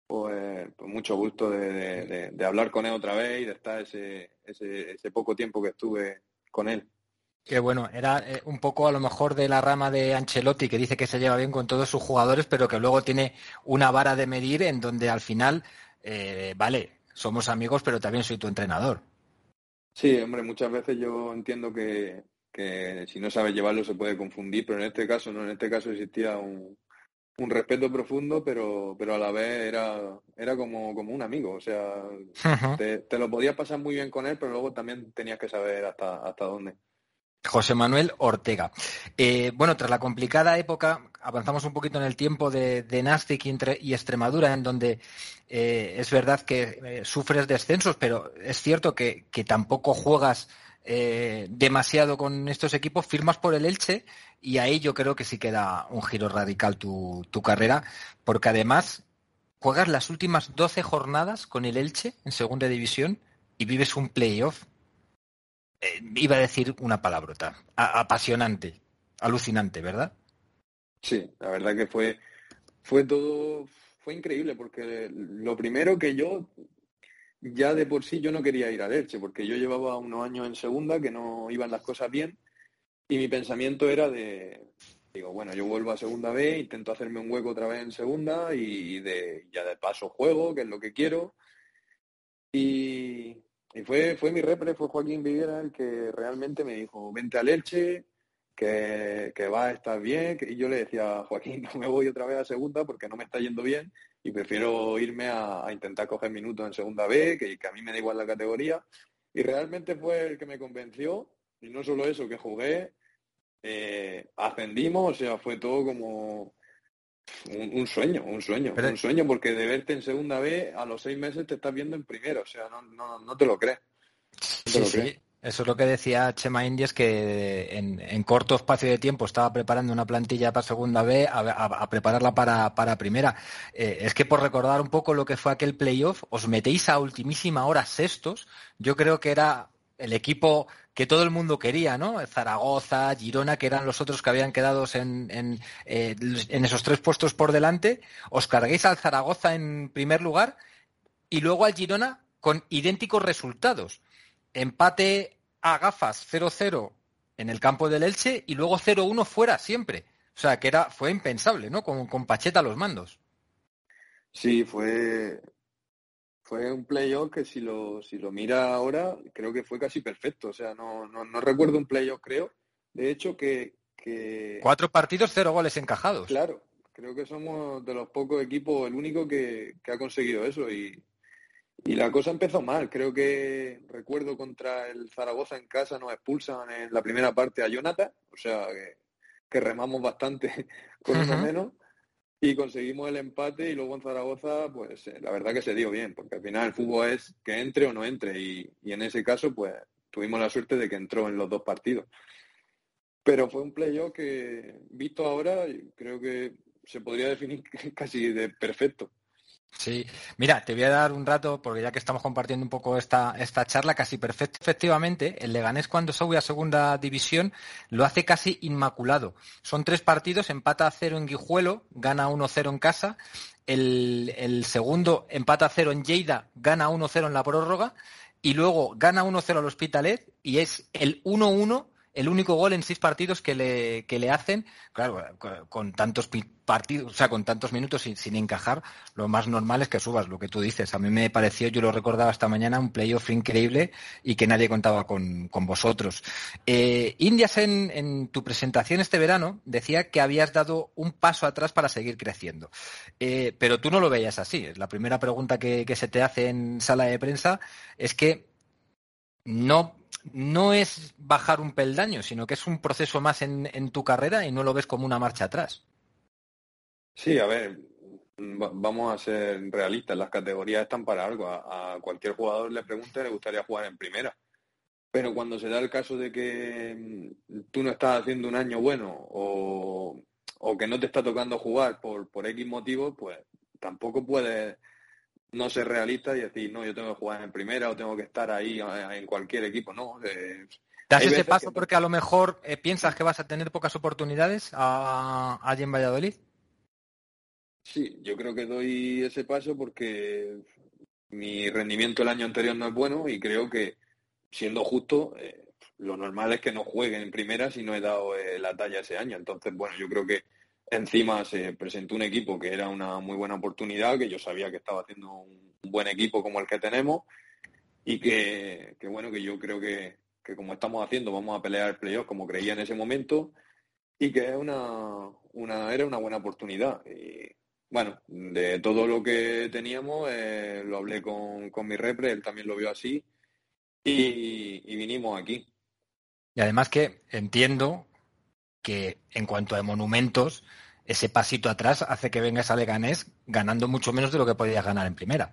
pues, pues mucho gusto de, de, de, de hablar con él otra vez y de estar ese, ese, ese poco tiempo que estuve con él. Que bueno, era eh, un poco a lo mejor de la rama de Ancelotti, que dice que se lleva bien con todos sus jugadores, pero que luego tiene una vara de medir en donde al final, eh, vale, somos amigos, pero también soy tu entrenador. Sí, hombre, muchas veces yo entiendo que, que si no sabes llevarlo se puede confundir, pero en este caso no, en este caso existía un, un respeto profundo, pero, pero a la vez era, era como, como un amigo, o sea, Uh-huh. te, te lo podías pasar muy bien con él, pero luego también tenías que saber hasta, hasta dónde. José Manuel Ortega. Eh, bueno, tras la complicada época, avanzamos un poquito en el tiempo de, de Nàstic y, entre, y Extremadura, en donde eh, es verdad que eh, sufres descensos, pero es cierto que, que tampoco juegas eh, demasiado con estos equipos, firmas por el Elche y ahí yo creo que sí queda un giro radical tu, tu carrera, porque además juegas las últimas doce jornadas con el Elche en segunda división y vives un playoff. Eh, iba a decir una palabrota, a- apasionante, alucinante, ¿verdad? Sí, la verdad que fue, fue todo, fue increíble, porque lo primero que yo, ya de por sí yo no quería ir al Elche, porque yo llevaba unos años en segunda, que no iban las cosas bien, y mi pensamiento era de, digo, bueno, yo vuelvo a segunda B, intento hacerme un hueco otra vez en segunda, y de ya de paso juego, que es lo que quiero, y, y fue, fue mi repre, fue Joaquín Viguera el que realmente me dijo, vente al Elche, que, que va a estar bien, que- y yo le decía, Joaquín, no me voy otra vez a segunda porque no me está yendo bien y prefiero irme a, a intentar coger minutos en segunda B, que, que a mí me da igual la categoría. Y realmente fue el que me convenció, y no solo eso, que jugué, eh, ascendimos, o sea, fue todo como un, un sueño, un sueño, Pero, un sueño, porque de verte en segunda B, a los seis meses te estás viendo en primera, o sea, no, no, no te lo crees, no te sí, lo crees. sí, eso es lo que decía Chema Indies, que en, en corto espacio de tiempo estaba preparando una plantilla para segunda B, a, a- a prepararla para, para primera. Eh, es que por recordar un poco lo que fue aquel playoff, os metéis a ultimísima hora sextos, yo creo que era el equipo que todo el mundo quería, ¿no? Zaragoza, Girona, que eran los otros que habían quedado en, en, eh, en esos tres puestos por delante, os carguéis al Zaragoza en primer lugar y luego al Girona con idénticos resultados. Empate a gafas cero cero en el campo del Elche y luego cero uno fuera siempre. O sea, que era, fue impensable, ¿no? Con, con Pacheta a los mandos. Sí, fue, fue un playoff que si lo, si lo mira ahora, creo que fue casi perfecto. O sea, no, no, no recuerdo un playoff, creo. De hecho, que, que, Cuatro partidos, cero goles encajados. claro, creo que somos de los pocos equipos, el único que, que ha conseguido eso. Y, y la cosa empezó mal. Creo que recuerdo contra el Zaragoza en casa nos expulsan en la primera parte a Jonathan. O sea, que, que remamos bastante con uno Uh-huh. menos. Y conseguimos el empate y luego en Zaragoza, pues eh, la verdad que se dio bien, porque al final el fútbol es que entre o no entre y, y en ese caso pues tuvimos la suerte de que entró en los dos partidos. Pero fue un playoff que, visto ahora, creo que se podría definir casi de perfecto. Sí, mira, te voy a dar un rato, porque ya que estamos compartiendo un poco esta, esta charla, casi perfecto. Efectivamente, el Leganés cuando sube a segunda división lo hace casi inmaculado. Son tres partidos, empata a cero en Guijuelo, gana uno cero en casa. El, el segundo empata a cero en Lleida, gana uno cero en la prórroga. Y luego gana uno cero al Hospitalet y es el uno uno, el único gol en seis partidos que le, que le hacen, claro, con, con tantos partidos, o sea, con tantos minutos sin, sin encajar, lo más normal es que subas, lo que tú dices. A mí me pareció, yo lo recordaba esta mañana, un playoff increíble y que nadie contaba con, con vosotros. Eh, Indias, en, en tu presentación este verano, decía que habías dado un paso atrás para seguir creciendo. Eh, pero tú no lo veías así. La primera pregunta que, que se te hace en sala de prensa es que no, no es bajar un peldaño, sino que es un proceso más en, en tu carrera y no lo ves como una marcha atrás. Sí, a ver, va- vamos a ser realistas, las categorías están para algo. A, a cualquier jugador le pregunte, le gustaría jugar en primera. Pero cuando se da el caso de que mm, tú no estás haciendo un año bueno o, o que no te está tocando jugar por, por X motivos, pues tampoco puedes no ser realista y decir, no, yo tengo que jugar en primera o tengo que estar ahí eh, en cualquier equipo. No, eh, ¿Das hay ese veces paso que porque a lo mejor eh, piensas que vas a tener pocas oportunidades a, allí en Valladolid? Sí, yo creo que doy ese paso porque mi rendimiento el año anterior no es bueno y creo que, siendo justo, eh, lo normal es que no juegue en primera si no he dado eh, la talla ese año. Entonces, bueno, yo creo que encima se presentó un equipo que era una muy buena oportunidad, que yo sabía que estaba haciendo un, un buen equipo como el que tenemos y que, que bueno, que yo creo que, que como estamos haciendo vamos a pelear el playoff como creía en ese momento y que es una, una era una buena oportunidad. Y, bueno, de todo lo que teníamos, eh, lo hablé con, con mi repre, él también lo vio así, y, y vinimos aquí. Y además que entiendo que en cuanto a monumentos, ese pasito atrás hace que vengas a Leganés ganando mucho menos de lo que podías ganar en primera.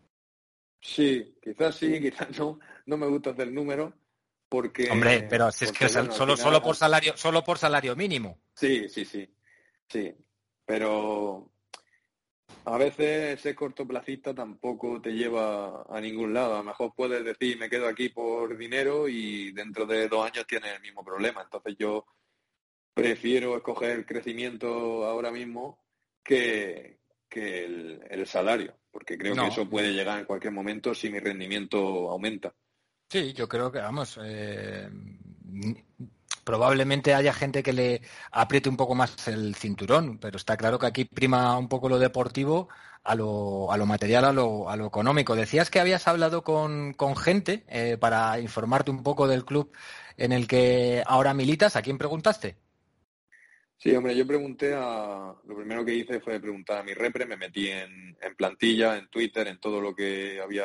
Sí, quizás sí, quizás no. No me gusta hacer números porque... Hombre, pero si es porque, que bueno, solo, al final, solo por salario, solo por salario mínimo. Sí, sí, sí. Sí. Pero a veces ser cortoplacista tampoco te lleva a ningún lado. A lo mejor puedes decir, me quedo aquí por dinero y dentro de dos años tienes el mismo problema. Entonces yo prefiero escoger el crecimiento ahora mismo que, que el, el salario, porque creo No. que eso puede llegar en cualquier momento si mi rendimiento aumenta. Sí, yo creo que, vamos, eh, probablemente haya gente que le apriete un poco más el cinturón, pero está claro que aquí prima un poco lo deportivo a lo, a lo material, a lo, a lo económico. Decías que habías hablado con, con gente eh, para informarte un poco del club en el que ahora militas. ¿A quién preguntaste? Sí, hombre, yo pregunté a... Lo primero que hice fue preguntar a mi repre, me metí en, en plantilla, en Twitter, en todo lo que había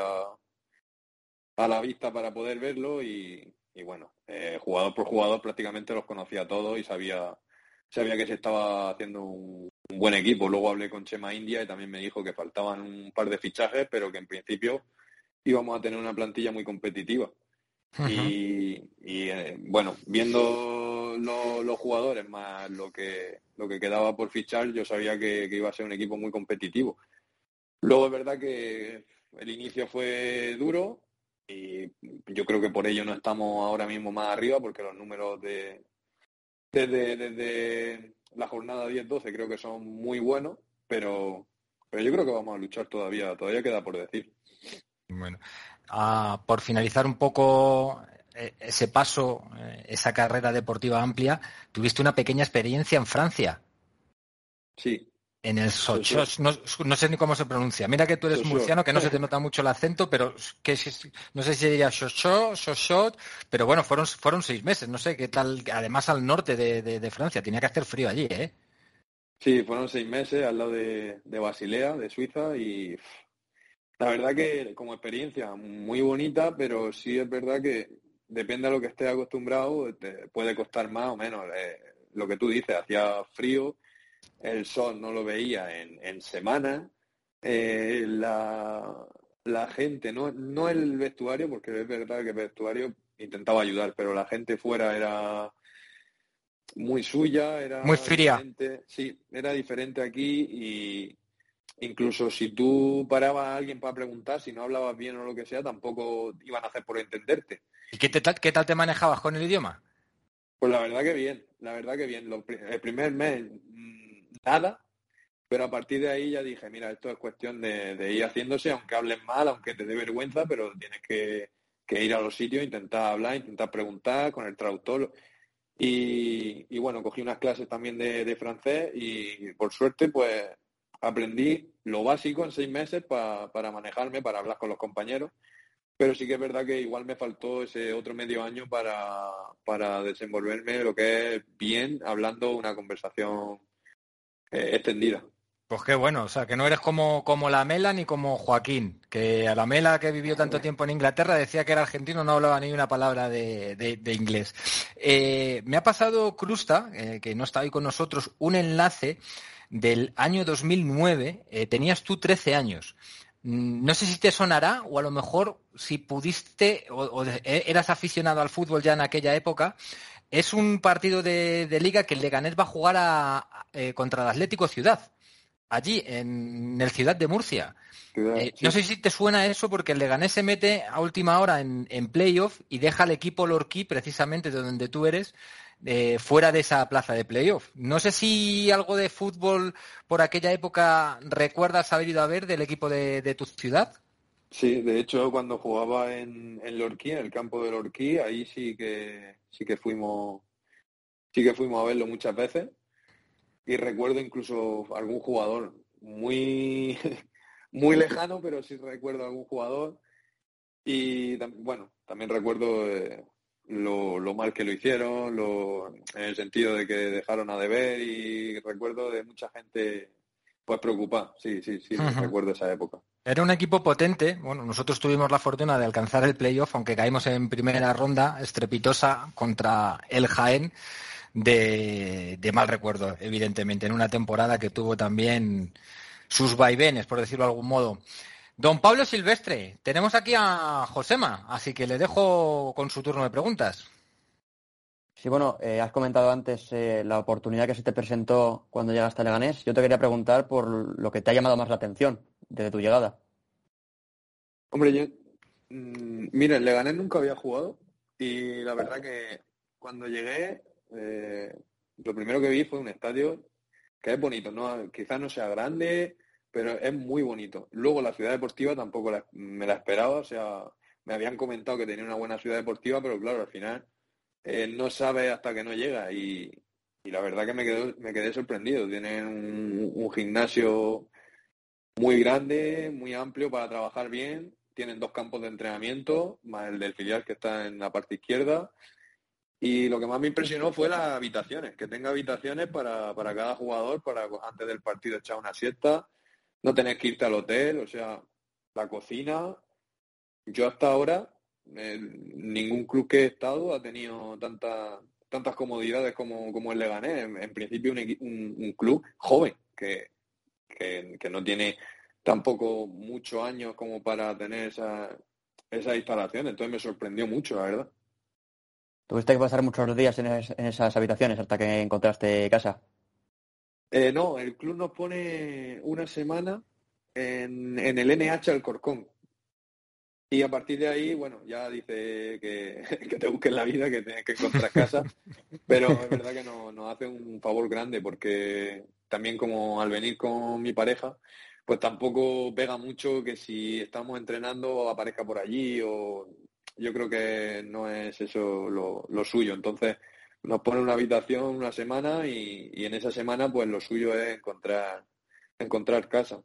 a la vista para poder verlo y, y bueno, eh, jugador por jugador prácticamente los conocía a todos y sabía, sabía que se estaba haciendo un, un buen equipo. Luego hablé con Chema India y también me dijo que faltaban un par de fichajes, pero que en principio íbamos a tener una plantilla muy competitiva. Uh-huh. Y, y eh, bueno, viendo lo, los jugadores más lo que lo que quedaba por fichar, yo sabía que, que iba a ser un equipo muy competitivo. Luego es verdad que el inicio fue duro y yo creo que por ello no estamos ahora mismo más arriba, porque los números de desde, desde la jornada diez doce creo que son muy buenos, pero, pero yo creo que vamos a luchar todavía, todavía queda por decir. Bueno, uh, por finalizar un poco eh, ese paso, eh, esa carrera deportiva amplia, tuviste una pequeña experiencia en Francia. Sí. En el Sochaux, no, no sé ni cómo se pronuncia. Mira que tú eres Sochaux. murciano, que no se te nota mucho el acento, pero que no sé si diría Sochaux, Sochaux, pero bueno, fueron fueron seis meses, no sé qué tal, además al norte de, de, de Francia, tenía que hacer frío allí, ¿eh? Sí, fueron seis meses al lado de, de Basilea, de Suiza, y la verdad que como experiencia muy bonita, pero sí es verdad que depende a lo que estés acostumbrado, te puede costar más o menos. Eh, lo que tú dices, hacía frío, el sol no lo veía en, en semanas, eh, la, la gente, no, no el vestuario, porque es verdad que el vestuario intentaba ayudar, pero la gente fuera era muy suya, era muy fría. Diferente, sí, era diferente aquí y incluso si tú parabas a alguien para preguntar, si no hablabas bien o lo que sea, tampoco iban a hacer por entenderte. ¿Y qué tal, qué tal te manejabas con el idioma? Pues la verdad que bien, la verdad que bien. Lo, el primer mes nada, pero a partir de ahí ya dije, mira, esto es cuestión de, de ir haciéndose, aunque hables mal, aunque te dé vergüenza, pero tienes que, que ir a los sitios, intentar hablar, intentar preguntar con el traductor. Y, y bueno, cogí unas clases también de, de francés y por suerte pues aprendí lo básico en seis meses pa, para manejarme, para hablar con los compañeros. Pero sí que es verdad que igual me faltó ese otro medio año para, para desenvolverme lo que es bien, hablando una conversación eh, extendida. Pues qué bueno, o sea, que no eres como, como la Mela ni como Joaquín, que a la Mela, que vivió tanto tiempo en Inglaterra, decía que era argentino, no hablaba ni una palabra de, de, de inglés. Eh, me ha pasado Crusta, eh, que no está hoy con nosotros, un enlace del año dos mil nueve, eh, tenías tú trece años. No sé si te sonará, o a lo mejor si pudiste o, o eras aficionado al fútbol ya en aquella época. Es un partido de, de liga que el Leganés va a jugar a, a, eh, contra el Atlético Ciudad. allí, en el Ciudad de Murcia. Ciudad, Eh, sí. no sé si te suena eso, porque el Leganés se mete a última hora en, en playoff y deja al equipo lorquí, precisamente de donde tú eres, eh, fuera de esa plaza de playoff. No sé si algo de fútbol por aquella época recuerdas haber ido a ver del equipo de, de tu ciudad. Sí, de hecho, cuando jugaba en, en Lorquí, en el campo de Lorquí, ahí sí que sí que fuimos, sí que fuimos a verlo muchas veces. Y recuerdo incluso algún jugador muy, muy lejano, pero sí recuerdo algún jugador. Y tam- bueno, también recuerdo eh, lo, lo mal que lo hicieron, lo, en el sentido de que dejaron a deber, y recuerdo de mucha gente pues preocupada. Sí, sí, sí, Ujú. recuerdo esa época. Era un equipo potente. Bueno, nosotros tuvimos la fortuna de alcanzar el playoff, aunque caímos en primera ronda estrepitosa contra el Jaén, de, de mal recuerdo, evidentemente, en una temporada que tuvo también sus vaivenes, por decirlo de algún modo. Don Pablo Silvestre, tenemos aquí a Josema, así que le dejo con su turno de preguntas. Sí, bueno, eh, has comentado antes eh, la oportunidad que se te presentó cuando llegaste a Leganés. Yo te quería preguntar por lo que te ha llamado más la atención desde tu llegada. Hombre, yo, mm, mira, en Leganés nunca había jugado, y la verdad que cuando llegué, eh, lo primero que vi fue un estadio que es bonito, ¿no? Quizás no sea grande, pero es muy bonito. Luego la ciudad deportiva tampoco la- me la esperaba, o sea, me habían comentado que tenía una buena ciudad deportiva, pero claro, al final eh, no sabes hasta que no llega, y, y la verdad que me quedé, me quedé sorprendido. Tienen un, un gimnasio muy grande, muy amplio para trabajar bien. Tienen dos campos de entrenamiento, más el del filial que está en la parte izquierda. Y lo que más me impresionó fue las habitaciones, que tenga habitaciones para, para cada jugador, para antes del partido echar una siesta, no tener que irte al hotel, o sea, la cocina. Yo hasta ahora, eh, ningún club que he estado ha tenido tanta, tantas comodidades como, como el Leganés. En, en principio un, equi- un, un club joven, que, que, que no tiene tampoco muchos años como para tener esa, esas instalaciones. Entonces me sorprendió mucho, la verdad. Tuviste que pasar muchos días en, es- en esas habitaciones hasta que encontraste casa. Eh, no, el club nos pone una semana en, en el N H Alcorcón. Y a partir de ahí, bueno, ya dice que, que te busques la vida, que tienes que encontrar casa. Pero es verdad que nos, nos hace un favor grande, porque también, como al venir con mi pareja, pues tampoco pega mucho que si estamos entrenando aparezca por allí, o yo creo que no es eso lo, lo suyo. Entonces nos pone una habitación una semana, y, y en esa semana pues lo suyo es encontrar, encontrar casa.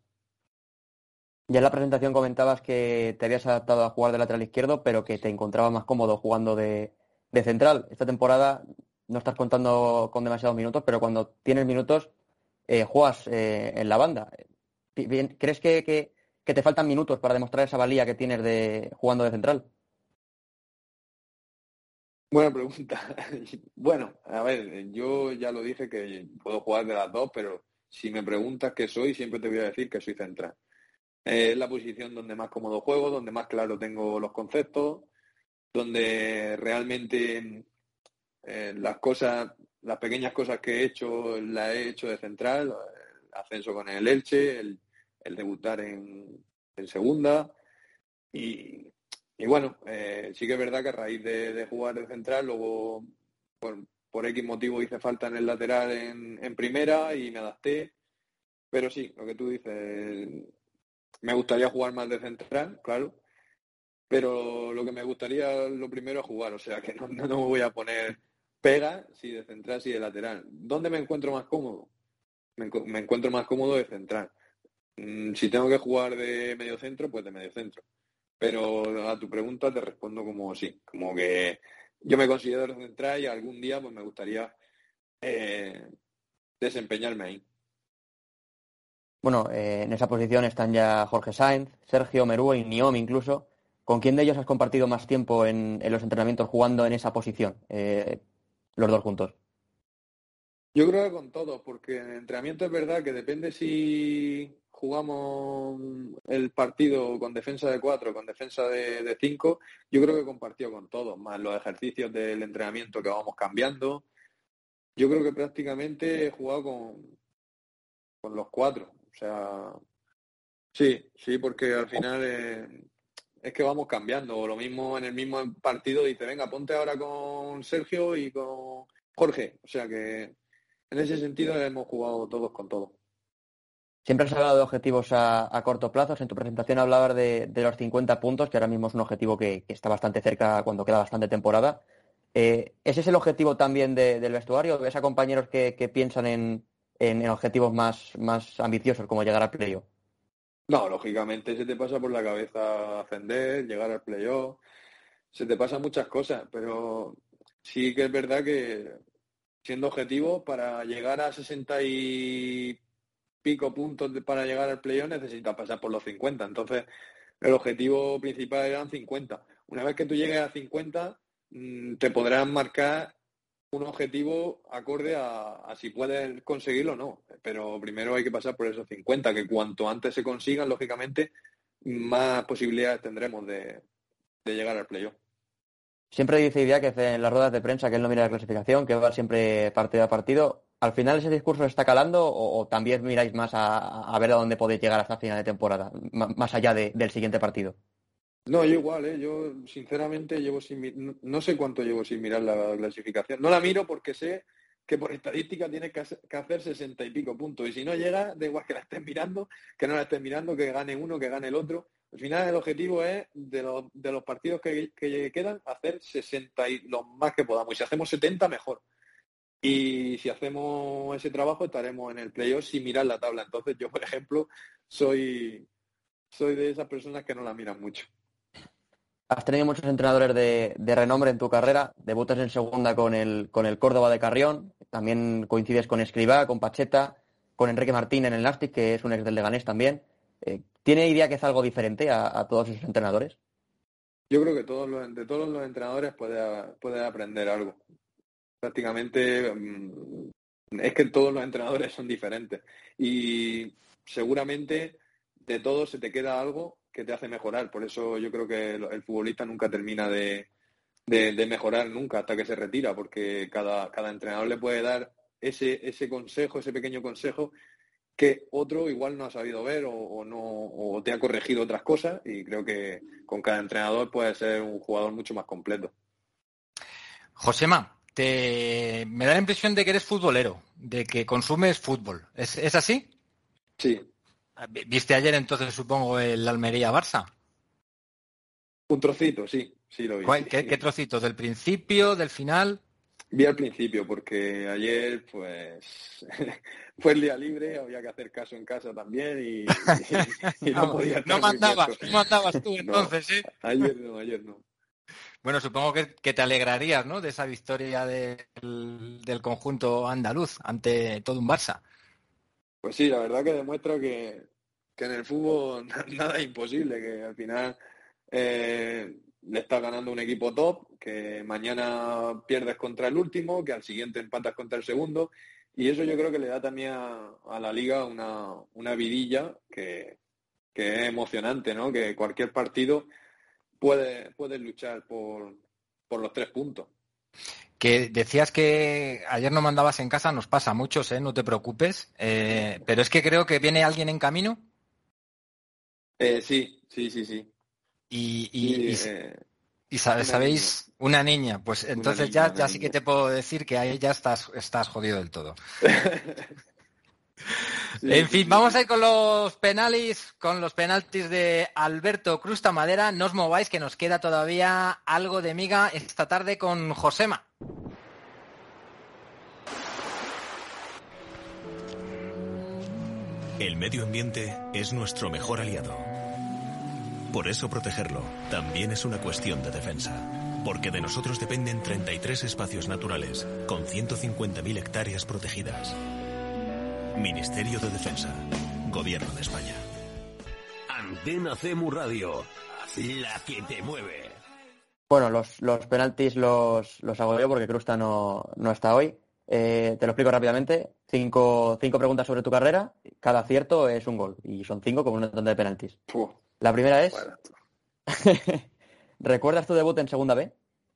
Ya en la presentación comentabas que te habías adaptado a jugar de lateral izquierdo, pero que te encontrabas más cómodo jugando de, de central. Esta temporada no estás contando con demasiados minutos, pero cuando tienes minutos eh, juegas eh, en la banda. Pi- bien, ¿Crees que, que- que te faltan minutos para demostrar esa valía que tienes de jugando de central? Buena pregunta. Bueno, a ver, yo ya lo dije que puedo jugar de las dos, pero si me preguntas qué soy, siempre te voy a decir que soy central. Eh, es la posición donde más cómodo juego, donde más claro tengo los conceptos, donde realmente eh, las cosas, las pequeñas cosas que he hecho, las he hecho de central, el ascenso con el Elche, el, el debutar en, en segunda. Y, y bueno, eh, sí que es verdad que a raíz de, de jugar de central, luego por, por X motivo hice falta en el lateral en, en primera y me adapté. Pero sí, lo que tú dices, me gustaría jugar más de central, claro, pero lo que me gustaría lo primero es jugar, o sea que no, no, no me voy a poner pega si de central, si de lateral. ¿Dónde me encuentro más cómodo? Me, encu- me encuentro más cómodo de central. Mm, si tengo que jugar de medio centro, pues de medio centro. Pero a tu pregunta te respondo como sí, como que yo me considero central, y algún día pues me gustaría eh, desempeñarme ahí. Bueno, eh, en esa posición están ya Jorge Sainz, Sergio Merú y Niom incluso. ¿Con quién de ellos has compartido más tiempo en, en los entrenamientos jugando en esa posición? Eh, los dos juntos. Yo creo que con todos, porque en entrenamiento es verdad que depende si jugamos el partido con defensa de cuatro, con defensa de, de cinco. Yo creo que he compartido con todos, más los ejercicios del entrenamiento que vamos cambiando. Yo creo que prácticamente he jugado con, con los cuatro. O sea, sí, sí, porque al final eh, es que vamos cambiando. Lo mismo en el mismo partido dice, venga, ponte ahora con Sergio y con Jorge. O sea que en ese sentido hemos jugado todos con todo. Siempre has hablado de objetivos a, a corto plazo. En tu presentación hablabas de, de los cincuenta puntos, que ahora mismo es un objetivo que, que está bastante cerca cuando queda bastante temporada. Eh, ¿Ese es el objetivo también de, del vestuario? ¿Ves a compañeros que, que piensan en, en, en objetivos más, más ambiciosos, como llegar al playoff? No, lógicamente se te pasa por la cabeza ascender, llegar al playoff, se te pasan muchas cosas, pero sí que es verdad que siendo objetivo para llegar a sesenta y pico puntos de- para llegar al playoff necesitas pasar por los cincuenta, entonces el objetivo principal eran cincuenta. Una vez que tú llegues a cincuenta, mm, te podrán marcar un objetivo acorde a, a si puedes conseguirlo o no. Pero primero hay que pasar por esos cincuenta, que cuanto antes se consigan, lógicamente, más posibilidades tendremos de, de llegar al playoff. Siempre dice Idiáquez en las ruedas de prensa que él no mira la clasificación, que va siempre partido a partido. ¿Al final ese discurso está calando o, o también miráis más a, a ver a dónde podéis llegar hasta final de temporada, m- más allá de- del siguiente partido? No, yo igual, ¿eh? Yo sinceramente llevo sin mi- no, no sé cuánto llevo sin mirar la clasificación. No la miro porque sé que por estadística tienes que hacer, que hacer sesenta y pico puntos. Y si no llega, da igual que la estés mirando, que no la estés mirando, que gane uno, que gane el otro. Al final el objetivo es, de los, de los partidos que, que quedan, hacer sesenta y los más que podamos. Y si hacemos setenta, mejor. Y si hacemos ese trabajo, estaremos en el playoff sin mirar la tabla. Entonces yo, por ejemplo, soy, soy de esas personas que no la miran mucho. Has tenido muchos entrenadores de, de renombre en tu carrera. Debutas en segunda con el, con el Córdoba de Carrión. También coincides con Escribá, con Pacheta, con Enrique Martín en el Nàstic, que es un ex del Leganés también. Eh, ¿Tiene idea que es algo diferente a, a todos esos entrenadores? Yo creo que todos los, de todos los entrenadores puede, puede aprender algo. Prácticamente mmm, es que todos los entrenadores son diferentes. Y seguramente de todos se te queda algo que te hace mejorar. Por eso yo creo que el, el futbolista nunca termina de, de, de mejorar nunca hasta que se retira, porque cada, cada entrenador le puede dar ese, ese consejo, ese pequeño consejo que otro igual no ha sabido ver o, o no o te ha corregido otras cosas, y creo que con cada entrenador puede ser un jugador mucho más completo. Josema, te... me da la impresión de que eres futbolero, de que consumes fútbol. ¿Es, es así? Sí. ¿Viste ayer entonces, supongo, el Almería-Barça? Un trocito, sí, sí lo vi. ¿Qué, qué trocitos? ¿Del principio, del final? Vi al principio, porque ayer, pues, fue el día libre, había que hacer caso en casa también y, y, y no, no podía estar no mandabas, no mandabas tú entonces, no, ¿eh? Ayer no, ayer no. Bueno, supongo que, que te alegrarías, ¿no?, de esa victoria del, del conjunto andaluz ante todo un Barça. Pues sí, la verdad que demuestra que, que en el fútbol nada es imposible, que al final eh, le estás ganando un equipo top, que mañana pierdes contra el último, que al siguiente empatas contra el segundo, y eso yo creo que le da también a, a la liga una, una vidilla que, que es emocionante, ¿no? Que cualquier partido puede, puede luchar por, por los tres puntos. Que decías que ayer no mandabas en casa, nos pasa a muchos, ¿eh? No te preocupes, eh, pero es que creo que viene alguien en camino. Eh, sí, sí, sí, sí. Y, y, sí, y, eh, y sabes, una sabéis, niña. una niña, pues entonces niña, ya, ya sí que te puedo decir que ahí ya estás, estás jodido del todo. Sí, en fin, sí, vamos sí. a ir con los penaltis, con los penaltis de Alberto Crusta Madera. No os mováis, que nos queda todavía algo de miga esta tarde con Josema. El medio ambiente es nuestro mejor aliado. Por eso protegerlo también es una cuestión de defensa. Porque de nosotros dependen treinta y tres espacios naturales con ciento cincuenta mil hectáreas protegidas. Ministerio de Defensa. Gobierno de España. Antena C M U Radio. La que te mueve. Bueno, los, los penaltis los, los hago yo porque Crusta no, no está hoy. Eh, te lo explico rápidamente. Cinco, cinco preguntas sobre tu carrera. Cada acierto es un gol. Y son cinco como una tanda de penaltis. Puh. La primera es... ¿Recuerdas tu debut en Segunda B?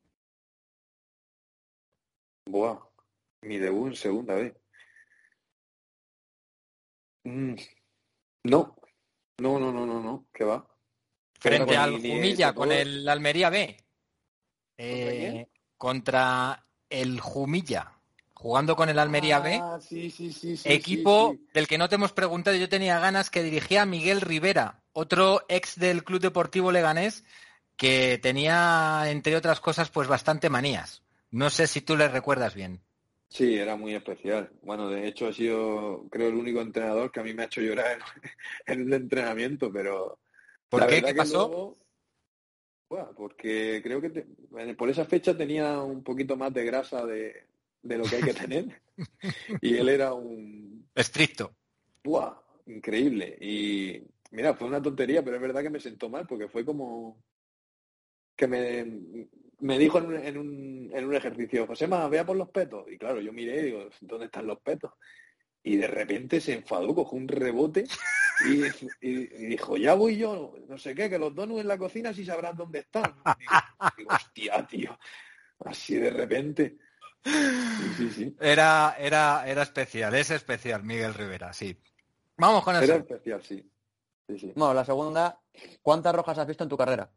Buah. Mi debut en Segunda B. Mm. No, no, no, no, no, no, ¿qué va? Frente Pero al ni- ni Jumilla eso, con todo- el Almería B. ¿Contra Eh, quién? contra el Jumilla. Jugando con el Almería B. Ah, sí, sí, sí, sí, Equipo sí, sí. del que no te hemos preguntado, yo tenía ganas, que dirigía a Miguel Rivera, otro ex del Club Deportivo Leganés, que tenía, entre otras cosas, pues bastante manías. No sé si tú le recuerdas bien. Sí, era muy especial. Bueno, de hecho ha sido, creo, el único entrenador que a mí me ha hecho llorar en, en un entrenamiento, pero ¿Por la qué? verdad ¿Qué que pasó? luego, bueno, porque creo que te- por esa fecha tenía un poquito más de grasa de, de lo que hay que tener y él era un, Estricto. ¡buah! Increíble. Y mira, fue una tontería, pero es verdad que me sentó mal porque fue como que me, me dijo en un, en un, en un ejercicio, Josema, vea por los petos. Y claro, yo miré y digo, ¿dónde están los petos? Y de repente se enfadó, cogió un rebote y, y- y dijo, ya voy yo, no sé qué, que los donuts en la cocina sí sabrán dónde están. Digo, digo, hostia, tío, así de repente. Sí, sí, sí. Era, era, era especial, es especial, Miguel Rivera, sí. Vamos con Era eso. especial, sí. Sí, sí. Bueno, la segunda, ¿cuántas rojas has visto en tu carrera?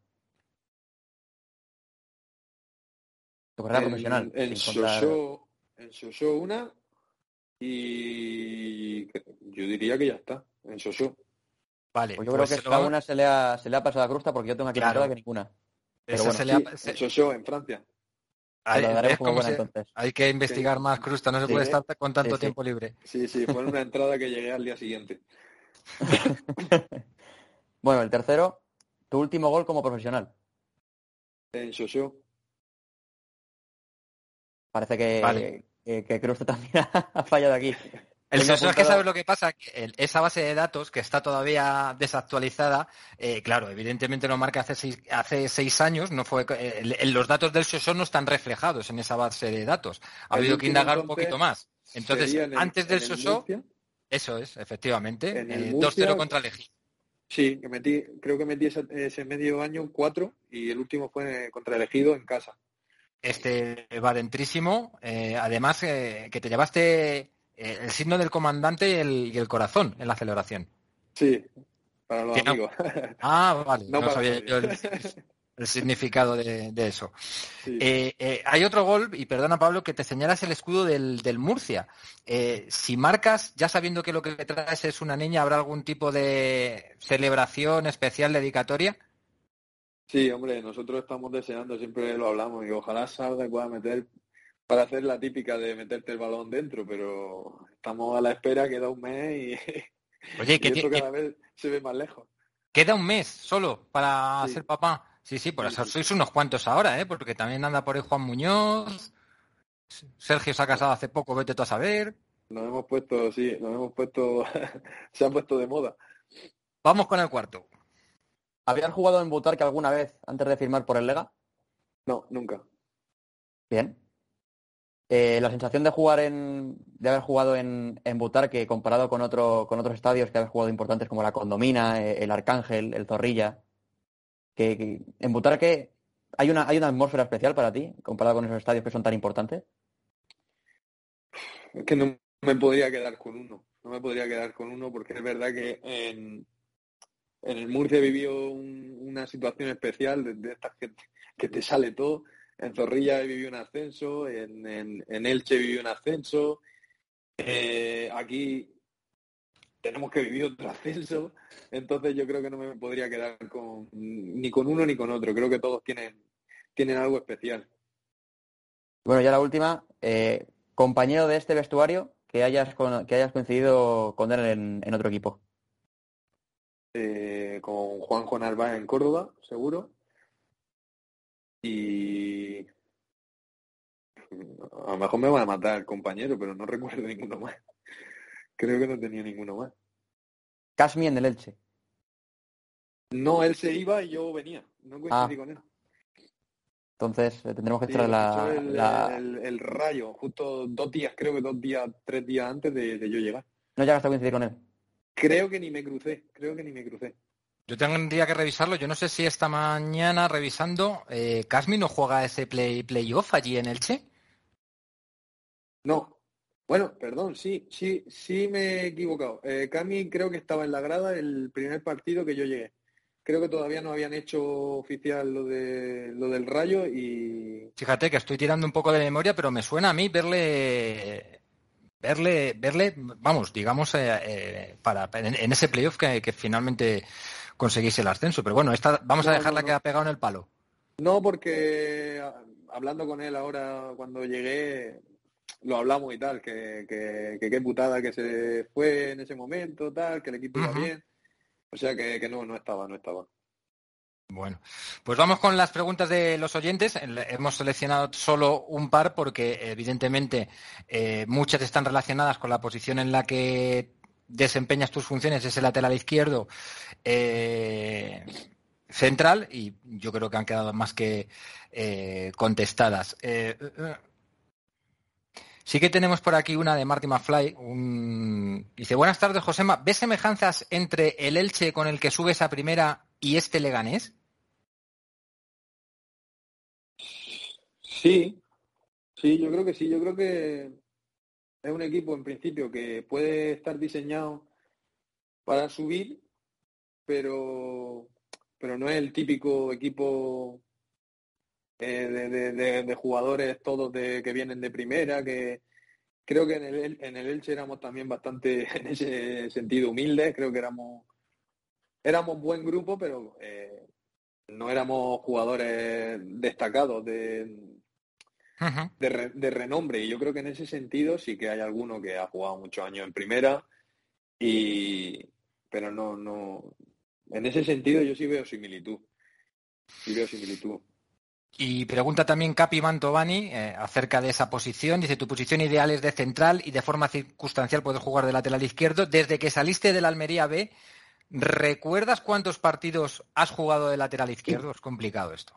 Tu carrera profesional. En, en sin contar- Sochaux, en Sochaux una y yo diría que ya está, en Sochaux. Vale, Pues yo pues creo que se lo esta vamos- una se le ha, se le ha pasado a Crusta porque yo tengo aquí Claro. apuntada que ninguna. Pero Esa bueno, se le ha- Sí, se- en Sochaux, en Francia. Hay, la daremos ¿ves como cómo buena se- entonces. hay que investigar Sí. más, Crusta, no se Sí. puede estar con tanto Sí, sí. tiempo libre. Sí, sí, fue en una entrada que llegué al día siguiente. Bueno, el tercero, tu último gol como profesional. En Sochaux. Parece que, Vale. que, que Crusta también ha fallado aquí. El Tengo sensor es que apuntado- sabes lo que pasa, que el- esa base de datos que está todavía desactualizada, eh, claro, evidentemente lo marca hace seis, hace seis años, no fue, eh, el- el- los datos del sensor no están reflejados en esa base de datos. Ha El habido que último, indagar un entonces, poquito más. Entonces, sería en el- antes del en el Sochaux, Murcia. eso es, efectivamente, En el eh, Murcia- dos cero contra el Ejido. Sí, que metí, creo que metí ese, ese medio año cuatro y el último fue contra el Ejido en casa. Este va dentrísimo, eh, además eh, que te llevaste eh, el signo del comandante y el, y el corazón en la celebración. Sí, para los Que no- amigos. Ah, vale, No no, para sabía nadie. yo el, el significado de, de eso. Sí. Eh, eh, hay otro gol, y perdona Pablo, que te señalas el escudo del, del Murcia. Eh, si marcas, ya sabiendo que lo que traes es una niña, ¿habrá algún tipo de celebración especial, dedicatoria? Sí, hombre, nosotros estamos deseando, siempre lo hablamos, y ojalá salga y pueda meter, para hacer la típica de meterte el balón dentro, pero estamos a la espera, queda un mes y, Oye, y que, esto que- cada vez se ve más lejos. queda un mes solo para Sí. ser papá. Sí, sí, por Sí, eso sí. sois unos cuantos ahora, ¿eh? Porque también anda por ahí Juan Muñoz, Sergio se ha casado hace poco, vete tú a saber. Nos hemos puesto, sí, nos hemos puesto, se ha puesto de moda. Vamos con el cuarto. ¿Habías jugado en Butarque alguna vez antes de firmar por el Lega? No, nunca. Bien. Eh, la sensación de jugar en, de haber jugado en, en Butarque comparado con otro, con otros estadios que habéis jugado importantes como la Condomina, eh, el Arcángel, el Zorrilla, que, que en Butarque hay una, hay una atmósfera especial para ti comparado con esos estadios que son tan importantes. Es que no me podría quedar con uno, no me podría quedar con uno porque es verdad que en, en el Murcia vivió un- una situación especial de, de estas que, que te sale todo. En Zorrilla viví un ascenso, en, en, en Elche viví un ascenso, eh, aquí tenemos que vivir otro ascenso, entonces yo creo que no me podría quedar con ni con uno ni con otro, creo que todos tienen, tienen algo especial. Bueno, ya la última, eh, compañero de este vestuario que hayas, con- que hayas coincidido con él en, en otro equipo. Eh, con Juanjo Narváez en Córdoba, seguro. Y a lo mejor me van a matar el compañero, pero no recuerdo ninguno más. Creo que no tenía ninguno más. Casmi en el Elche. No, él se iba y yo venía. No coincidí Ah. con él. Entonces eh, tendremos que Sí, traer lo la, fichó el, la- el- el Rayo, justo dos días, creo que dos días, tres días antes de, de yo llegar. No llegaste a coincidir con él. Creo que ni me crucé, creo que ni me crucé. Yo tendría que revisarlo. Yo no sé si esta mañana revisando, eh, Casmi no juega ese play playoff allí en Elche. No, Bueno, perdón, sí, sí, sí me he equivocado. Eh, Cami creo que estaba en la grada el primer partido que yo llegué. Creo que todavía no habían hecho oficial lo de lo del Rayo y... Fíjate que estoy tirando un poco de memoria, pero me suena a mí verle, verle, verle, vamos, digamos, eh, eh, para en, en ese playoff que, que finalmente conseguís el ascenso. Pero bueno, esta, vamos no, a dejarla no, no. que ha pegado en el palo. No, porque hablando con él ahora cuando llegué, lo hablamos y tal, que que, que qué putada que se fue en ese momento, tal, que el equipo iba Uh-huh. bien. O sea que, que no, no estaba, no estaba. Bueno, pues vamos con las preguntas de los oyentes. Hemos seleccionado solo un par porque evidentemente eh, muchas están relacionadas con la posición en la que desempeñas tus funciones, ese lateral izquierdo eh, central, y yo creo que han quedado más que eh, contestadas. Eh, eh, Sí que tenemos por aquí una de Marty McFly. Un... Dice, buenas tardes, Josema. ¿Ves semejanzas entre el Elche con el que subes a primera y este Leganés? Sí, sí, yo creo que sí. Yo creo que es un equipo en principio que puede estar diseñado para subir, pero, pero no es el típico equipo eh, de, de, de, de jugadores todos de, que vienen de primera, que creo que en el, en el Elche éramos también bastante, en ese sentido, humildes. Creo que éramos éramos buen grupo, pero eh, no éramos jugadores destacados de, uh-huh. de, re, de renombre. Y yo creo que en ese sentido sí que hay alguno que ha jugado muchos años en primera, y pero no, no. En ese sentido yo sí veo similitud. Sí veo similitud. Y pregunta también Capi Mantovani eh, acerca de esa posición. Dice, tu posición ideal es de central y de forma circunstancial puedes jugar de lateral izquierdo. Desde que saliste del Almería B, ¿recuerdas cuántos partidos has jugado de lateral izquierdo? Es complicado esto.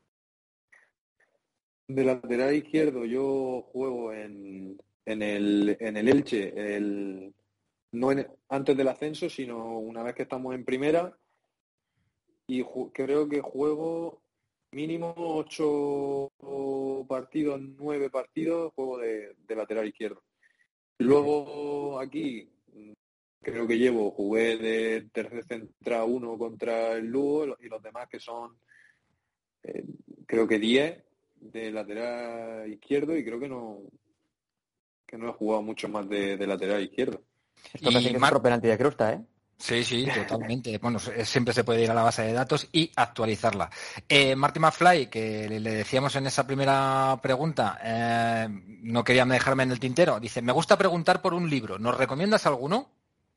De lateral izquierdo yo juego en, en, el, en el Elche, el, no en, antes del ascenso, sino una vez que estamos en primera. Y ju- creo que juego... mínimo ocho partidos, nueve partidos, juego de, de lateral izquierdo. Luego aquí creo que llevo, jugué de tercer central uno contra el Lugo y los demás que son eh, creo que diez de lateral izquierdo, y creo que no que no he jugado mucho más de, de lateral izquierdo. Esto casi que es otro penalti de Crusta, ¿eh? Sí, sí, totalmente. Bueno, siempre se puede ir a la base de datos y actualizarla. Eh, Marty McFly, que le decíamos en esa primera pregunta, eh, no quería dejarme en el tintero, dice, me gusta preguntar por un libro. ¿Nos recomiendas alguno?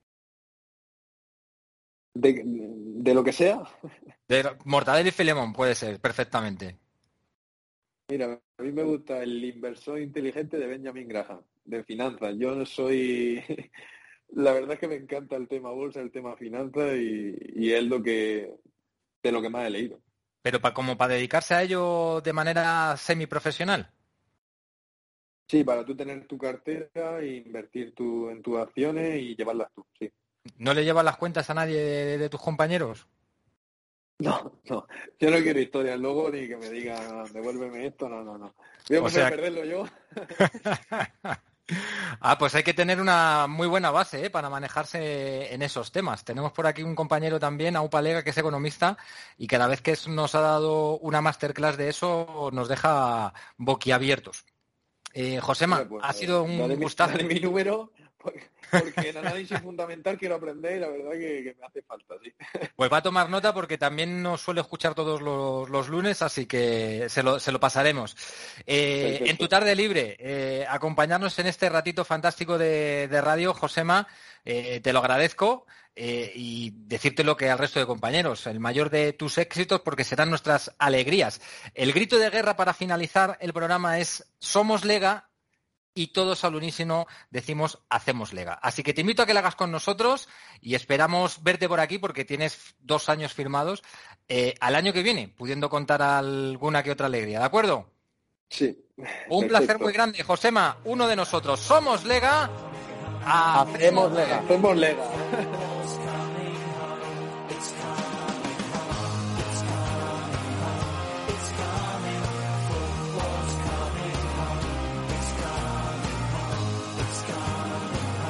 ¿De, de lo que sea? De Mortadelo y Filemón, puede ser, perfectamente. Mira, a mí me gusta El inversor inteligente de Benjamin Graham, de finanzas. Yo no soy... La verdad es que me encanta el tema bolsa, el tema finanzas, y, y es lo que de lo que más he leído. ¿Pero para como para dedicarse a ello de manera semiprofesional? Sí, para tú tener tu cartera e invertir tu, en tus acciones y llevarlas tú, sí. ¿No le llevas las cuentas a nadie de, de tus compañeros? No, no. Yo no quiero historias luego ni que me digan devuélveme esto, no, no, no. Voy a O sea... perderlo yo. Ah, pues hay que tener una muy buena base ¿eh? para manejarse en esos temas. Tenemos por aquí un compañero también, Aupa Lega, que es economista, y cada vez que nos ha dado una masterclass de eso nos deja boquiabiertos. Eh, Josema, Mira, pues, ha sido un dale gustazo. Mi, dale mi número, porque, porque en análisis fundamental quiero aprender y la verdad que, que me hace falta, sí. Pues va a tomar nota porque también nos suele escuchar todos los, los lunes, así que se lo, se lo pasaremos. Eh, en tu tarde libre, eh, acompañarnos en este ratito fantástico de, de radio, Josema, eh, te lo agradezco. Eh, y decírtelo que al resto de compañeros, el mayor de tus éxitos porque serán nuestras alegrías. El grito de guerra para finalizar el programa es Somos Lega y todos al unísono decimos Hacemos Lega. Así que te invito a que la hagas con nosotros y esperamos verte por aquí porque tienes dos años firmados eh, al año que viene, pudiendo contar alguna que otra alegría, ¿de acuerdo? Sí. Un Perfecto. placer muy grande, Josema, uno de nosotros. Somos Lega. Hacemos Lega. Hacemos Lega.